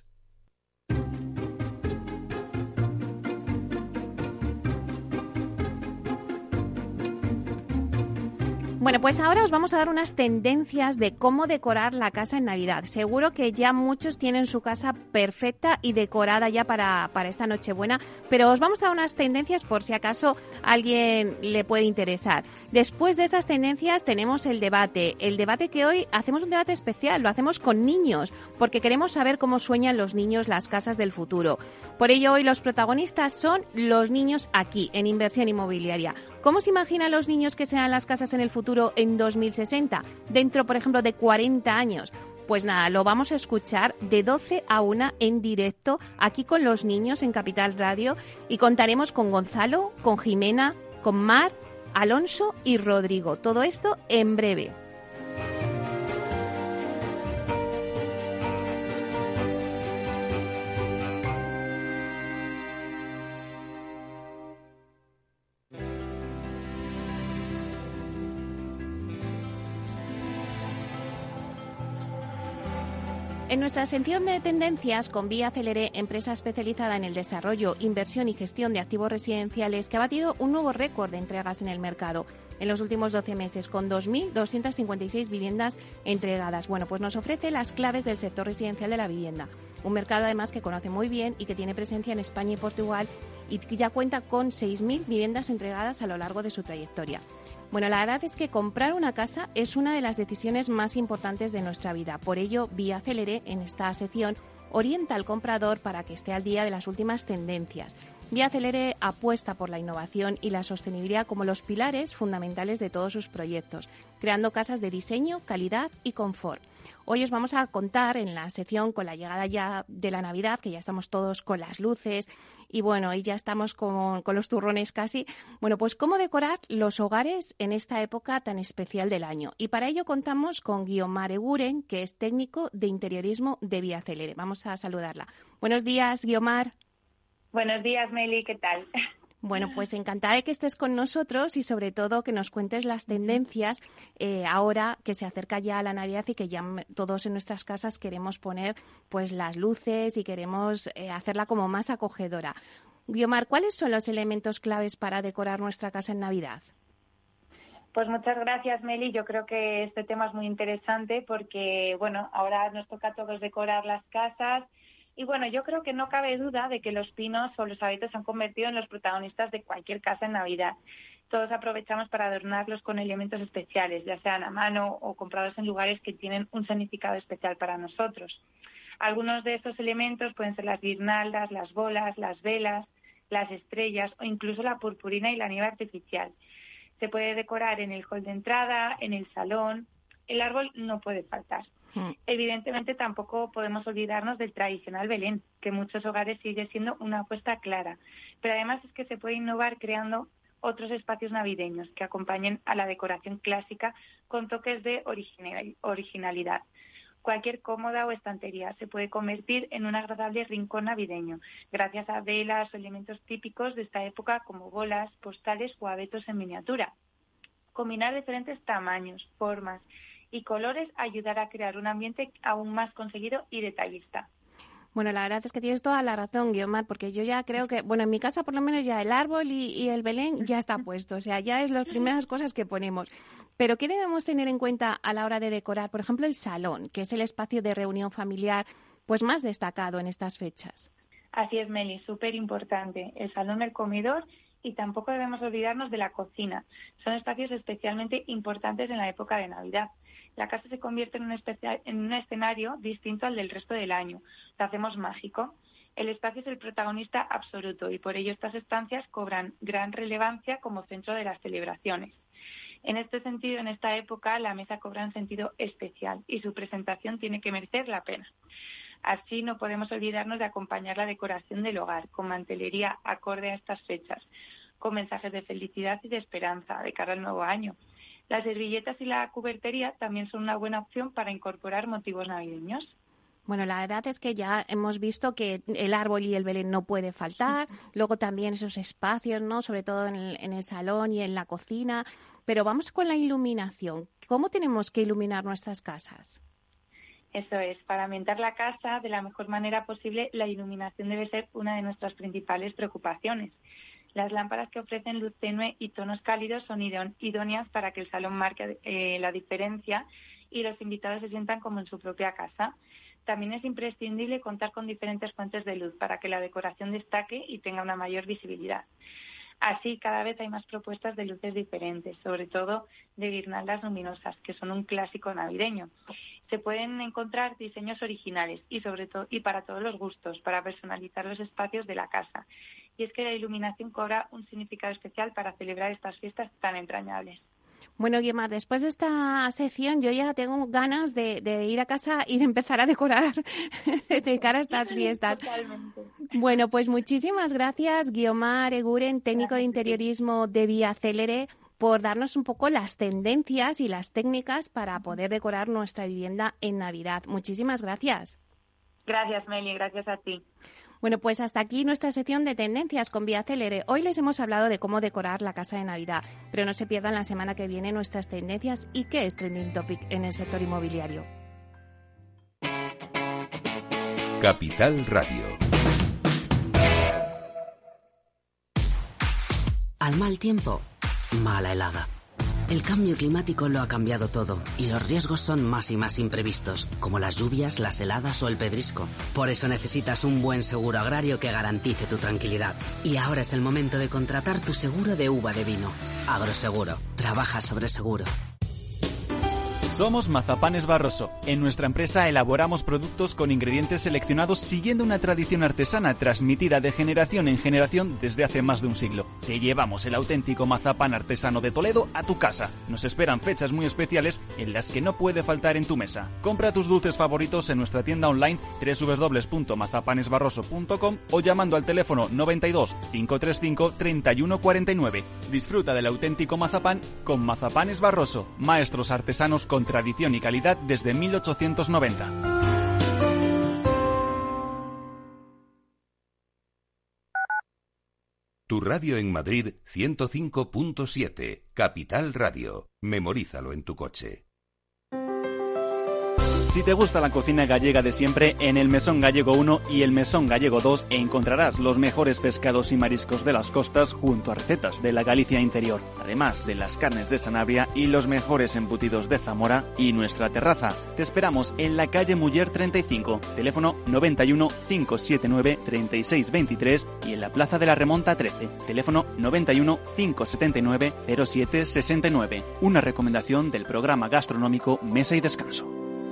Speaker 1: Bueno, pues ahora os vamos a dar unas tendencias de cómo decorar la casa en Navidad. Seguro que ya muchos tienen su casa perfecta y decorada ya para, para esta Nochebuena, pero os vamos a dar unas tendencias por si acaso a alguien le puede interesar. Después de esas tendencias tenemos el debate. El debate que hoy hacemos un debate especial, lo hacemos con niños, porque queremos saber cómo sueñan los niños las casas del futuro. Por ello hoy los protagonistas son los niños aquí, en Inversión Inmobiliaria. ¿Cómo se imaginan los niños que sean las casas en el futuro en dos mil sesenta? Dentro, por ejemplo, de cuarenta años. Pues nada, lo vamos a escuchar de doce a una en directo aquí con los niños en Capital Radio y contaremos con Gonzalo, con Jimena, con Mar, Alonso y Rodrigo. Todo esto en breve. En nuestra sección de tendencias, con Vía Celere, empresa especializada en el desarrollo, inversión y gestión de activos residenciales, que ha batido un nuevo récord de entregas en el mercado en los últimos doce meses, con dos mil doscientas cincuenta y seis viviendas entregadas. Bueno, pues nos ofrece las claves del sector residencial de la vivienda. Un mercado, además, que conoce muy bien y que tiene presencia en España y Portugal y que ya cuenta con seis mil viviendas entregadas a lo largo de su trayectoria. Bueno, la verdad es que comprar una casa es una de las decisiones más importantes de nuestra vida. Por ello, Vía Celere, en esta sección, orienta al comprador para que esté al día de las últimas tendencias. Vía Celere apuesta por la innovación y la sostenibilidad como los pilares fundamentales de todos sus proyectos, creando casas de diseño, calidad y confort. Hoy os vamos a contar en la sección, con la llegada ya de la Navidad, que ya estamos todos con las luces y bueno, y ya estamos con, con los turrones casi, bueno, pues cómo decorar los hogares en esta época tan especial del año. Y para ello contamos con Guiomar Eguren, que es técnico de interiorismo de Vía Celere. Vamos a saludarla. Buenos días, Guiomar.
Speaker 9: Buenos días, Meli, ¿qué tal?
Speaker 1: Bueno, pues encantada de que estés con nosotros y sobre todo que nos cuentes las tendencias eh, ahora que se acerca ya la Navidad y que ya todos en nuestras casas queremos poner pues las luces y queremos eh, hacerla como más acogedora. Guiomar, ¿cuáles son los elementos claves para decorar nuestra casa en Navidad?
Speaker 9: Pues muchas gracias, Meli. Yo creo que este tema es muy interesante porque, bueno, ahora nos toca a todos decorar las casas. Y bueno, yo creo que no cabe duda de que los pinos o los abetos se han convertido en los protagonistas de cualquier casa en Navidad. Todos aprovechamos para adornarlos con elementos especiales, ya sean a mano o comprados en lugares que tienen un significado especial para nosotros. Algunos de estos elementos pueden ser las guirnaldas, las bolas, las velas, las estrellas o incluso la purpurina y la nieve artificial. Se puede decorar en el hall de entrada, en el salón. El árbol no puede faltar. Evidentemente tampoco podemos olvidarnos del tradicional Belén, que en muchos hogares sigue siendo una apuesta clara, pero además es que se puede innovar creando otros espacios navideños que acompañen a la decoración clásica con toques de originalidad. Cualquier cómoda o estantería se puede convertir en un agradable rincón navideño, gracias a velas o elementos típicos de esta época como bolas, postales o abetos en miniatura. Combinar diferentes tamaños, formas y colores ayudará a crear un ambiente aún más conseguido y detallista.
Speaker 1: Bueno, la verdad es que tienes toda la razón, Guiomar, porque yo ya creo que, bueno, en mi casa por lo menos ya el árbol y, y el Belén ya está puesto, o sea, ya es las primeras cosas que ponemos. Pero ¿qué debemos tener en cuenta a la hora de decorar, por ejemplo, el salón, que es el espacio de reunión familiar pues más destacado en estas fechas?
Speaker 9: Así es, Meli, súper importante. El salón, el comedor y tampoco debemos olvidarnos de la cocina. Son espacios especialmente importantes en la época de Navidad. La casa se convierte en un, especial, en un escenario distinto al del resto del año. Lo hacemos mágico. El espacio es el protagonista absoluto y por ello estas estancias cobran gran relevancia como centro de las celebraciones. En este sentido, en esta época, la mesa cobra un sentido especial y su presentación tiene que merecer la pena. Así, no podemos olvidarnos de acompañar la decoración del hogar con mantelería acorde a estas fechas, con mensajes de felicidad y de esperanza de cara al nuevo año. Las servilletas y la cubertería también son una buena opción para incorporar motivos navideños.
Speaker 1: Bueno, la verdad es que ya hemos visto que el árbol y el Belén no puede faltar, luego también esos espacios, ¿no? Sobre todo en el, en el salón y en la cocina, pero vamos con la iluminación. ¿Cómo tenemos que iluminar nuestras casas?
Speaker 9: Eso es, para ambientar la casa de la mejor manera posible, la iluminación debe ser una de nuestras principales preocupaciones. Las lámparas que ofrecen luz tenue y tonos cálidos son idóneas para que el salón marque eh, la diferencia y los invitados se sientan como en su propia casa. También es imprescindible contar con diferentes fuentes de luz para que la decoración destaque y tenga una mayor visibilidad. Así, cada vez hay más propuestas de luces diferentes, sobre todo de guirnaldas luminosas, que son un clásico navideño. Se pueden encontrar diseños originales y sobre todo y para todos los gustos, para personalizar los espacios de la casa. Y es que la iluminación cobra un significado especial para celebrar estas fiestas tan entrañables.
Speaker 1: Bueno, Guiomar, después de esta sección yo ya tengo ganas de, de ir a casa y de empezar a decorar de cara a estas fiestas.
Speaker 9: Totalmente.
Speaker 1: Bueno, pues muchísimas gracias, Guiomar Eguren, técnico de interiorismo de Vía Célere, por darnos un poco las tendencias y las técnicas para poder decorar nuestra vivienda en Navidad. Muchísimas gracias.
Speaker 9: Gracias, Meli, gracias a ti.
Speaker 1: Bueno, pues hasta aquí nuestra sección de tendencias con Vía Célere. Hoy les hemos hablado de cómo decorar la casa de Navidad, pero no se pierdan la semana que viene nuestras tendencias y qué es trending topic en el sector inmobiliario.
Speaker 3: Capital Radio.
Speaker 10: Al mal tiempo, mala helada. El cambio climático lo ha cambiado todo y los riesgos son más y más imprevistos, como las lluvias, las heladas o el pedrisco. Por eso necesitas un buen seguro agrario que garantice tu tranquilidad. Y ahora es el momento de contratar tu seguro de uva de vino. Agroseguro. Trabaja sobre seguro.
Speaker 11: Somos Mazapanes Barroso. En nuestra empresa elaboramos productos con ingredientes seleccionados siguiendo una tradición artesana transmitida de generación en generación desde hace más de un siglo. Te llevamos el auténtico mazapán artesano de Toledo a tu casa. Nos esperan fechas muy especiales en las que no puede faltar en tu mesa. Compra tus dulces favoritos en nuestra tienda online doble u doble u doble u punto mazapanes barroso punto com o llamando al teléfono noventa y dos, cinco treinta y cinco, treinta y uno cuarenta y nueve. Disfruta del auténtico mazapán con Mazapanes Barroso, maestros artesanos con tradición y calidad desde mil ochocientos noventa.
Speaker 3: Tu radio en Madrid ciento cinco punto siete, Capital Radio. Memorízalo en tu coche.
Speaker 11: Si te gusta la cocina gallega de siempre, en el Mesón Gallego uno y el Mesón Gallego dos encontrarás los mejores pescados y mariscos de las costas junto a recetas de la Galicia interior, además de las carnes de Sanabria y los mejores embutidos de Zamora y nuestra terraza. Te esperamos en la calle Muller treinta y cinco, teléfono noventa y uno, cinco setenta y nueve, treinta y seis veintitrés y en la Plaza de la Remonta trece, teléfono noventa y uno, cinco setenta y nueve, cero siete sesenta y nueve. Una recomendación del programa gastronómico Mesa y Descanso.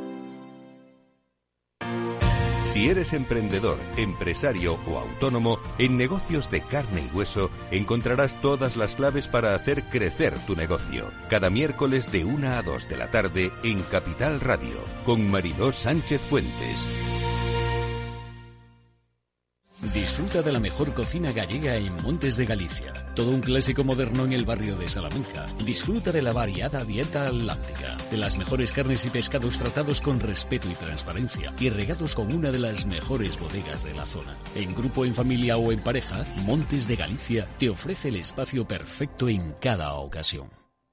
Speaker 3: Si eres emprendedor, empresario o autónomo, en Negocios de Carne y Hueso encontrarás todas las claves para hacer crecer tu negocio. Cada miércoles de una a dos de la tarde en Capital Radio, con Mariló Sánchez Fuentes.
Speaker 12: Disfruta de la mejor cocina gallega en Montes de Galicia. Todo un clásico moderno en el barrio de Salamanca. Disfruta de la variada dieta atlántica, de las mejores carnes y pescados tratados con respeto y transparencia y regados con una de las mejores bodegas de la zona. En grupo, en familia o en pareja, Montes de Galicia te ofrece el espacio perfecto en cada ocasión.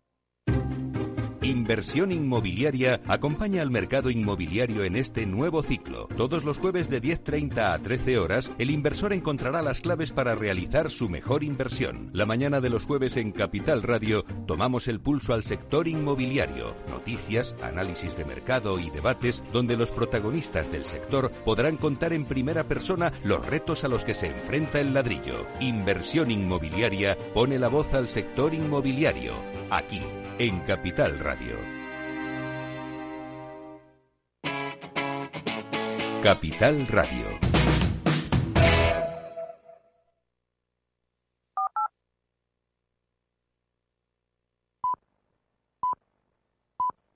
Speaker 3: Inversión Inmobiliaria acompaña al mercado inmobiliario en este nuevo ciclo. Todos los jueves de diez treinta a trece horas, el inversor encontrará las claves para realizar su mejor inversión. La mañana de los jueves en Capital Radio tomamos el pulso al sector inmobiliario. Noticias, análisis de mercado y debates donde los protagonistas del sector podrán contar en primera persona los retos a los que se enfrenta el ladrillo. Inversión Inmobiliaria pone la voz al sector inmobiliario. Aquí, en Capital Radio. Capital Radio.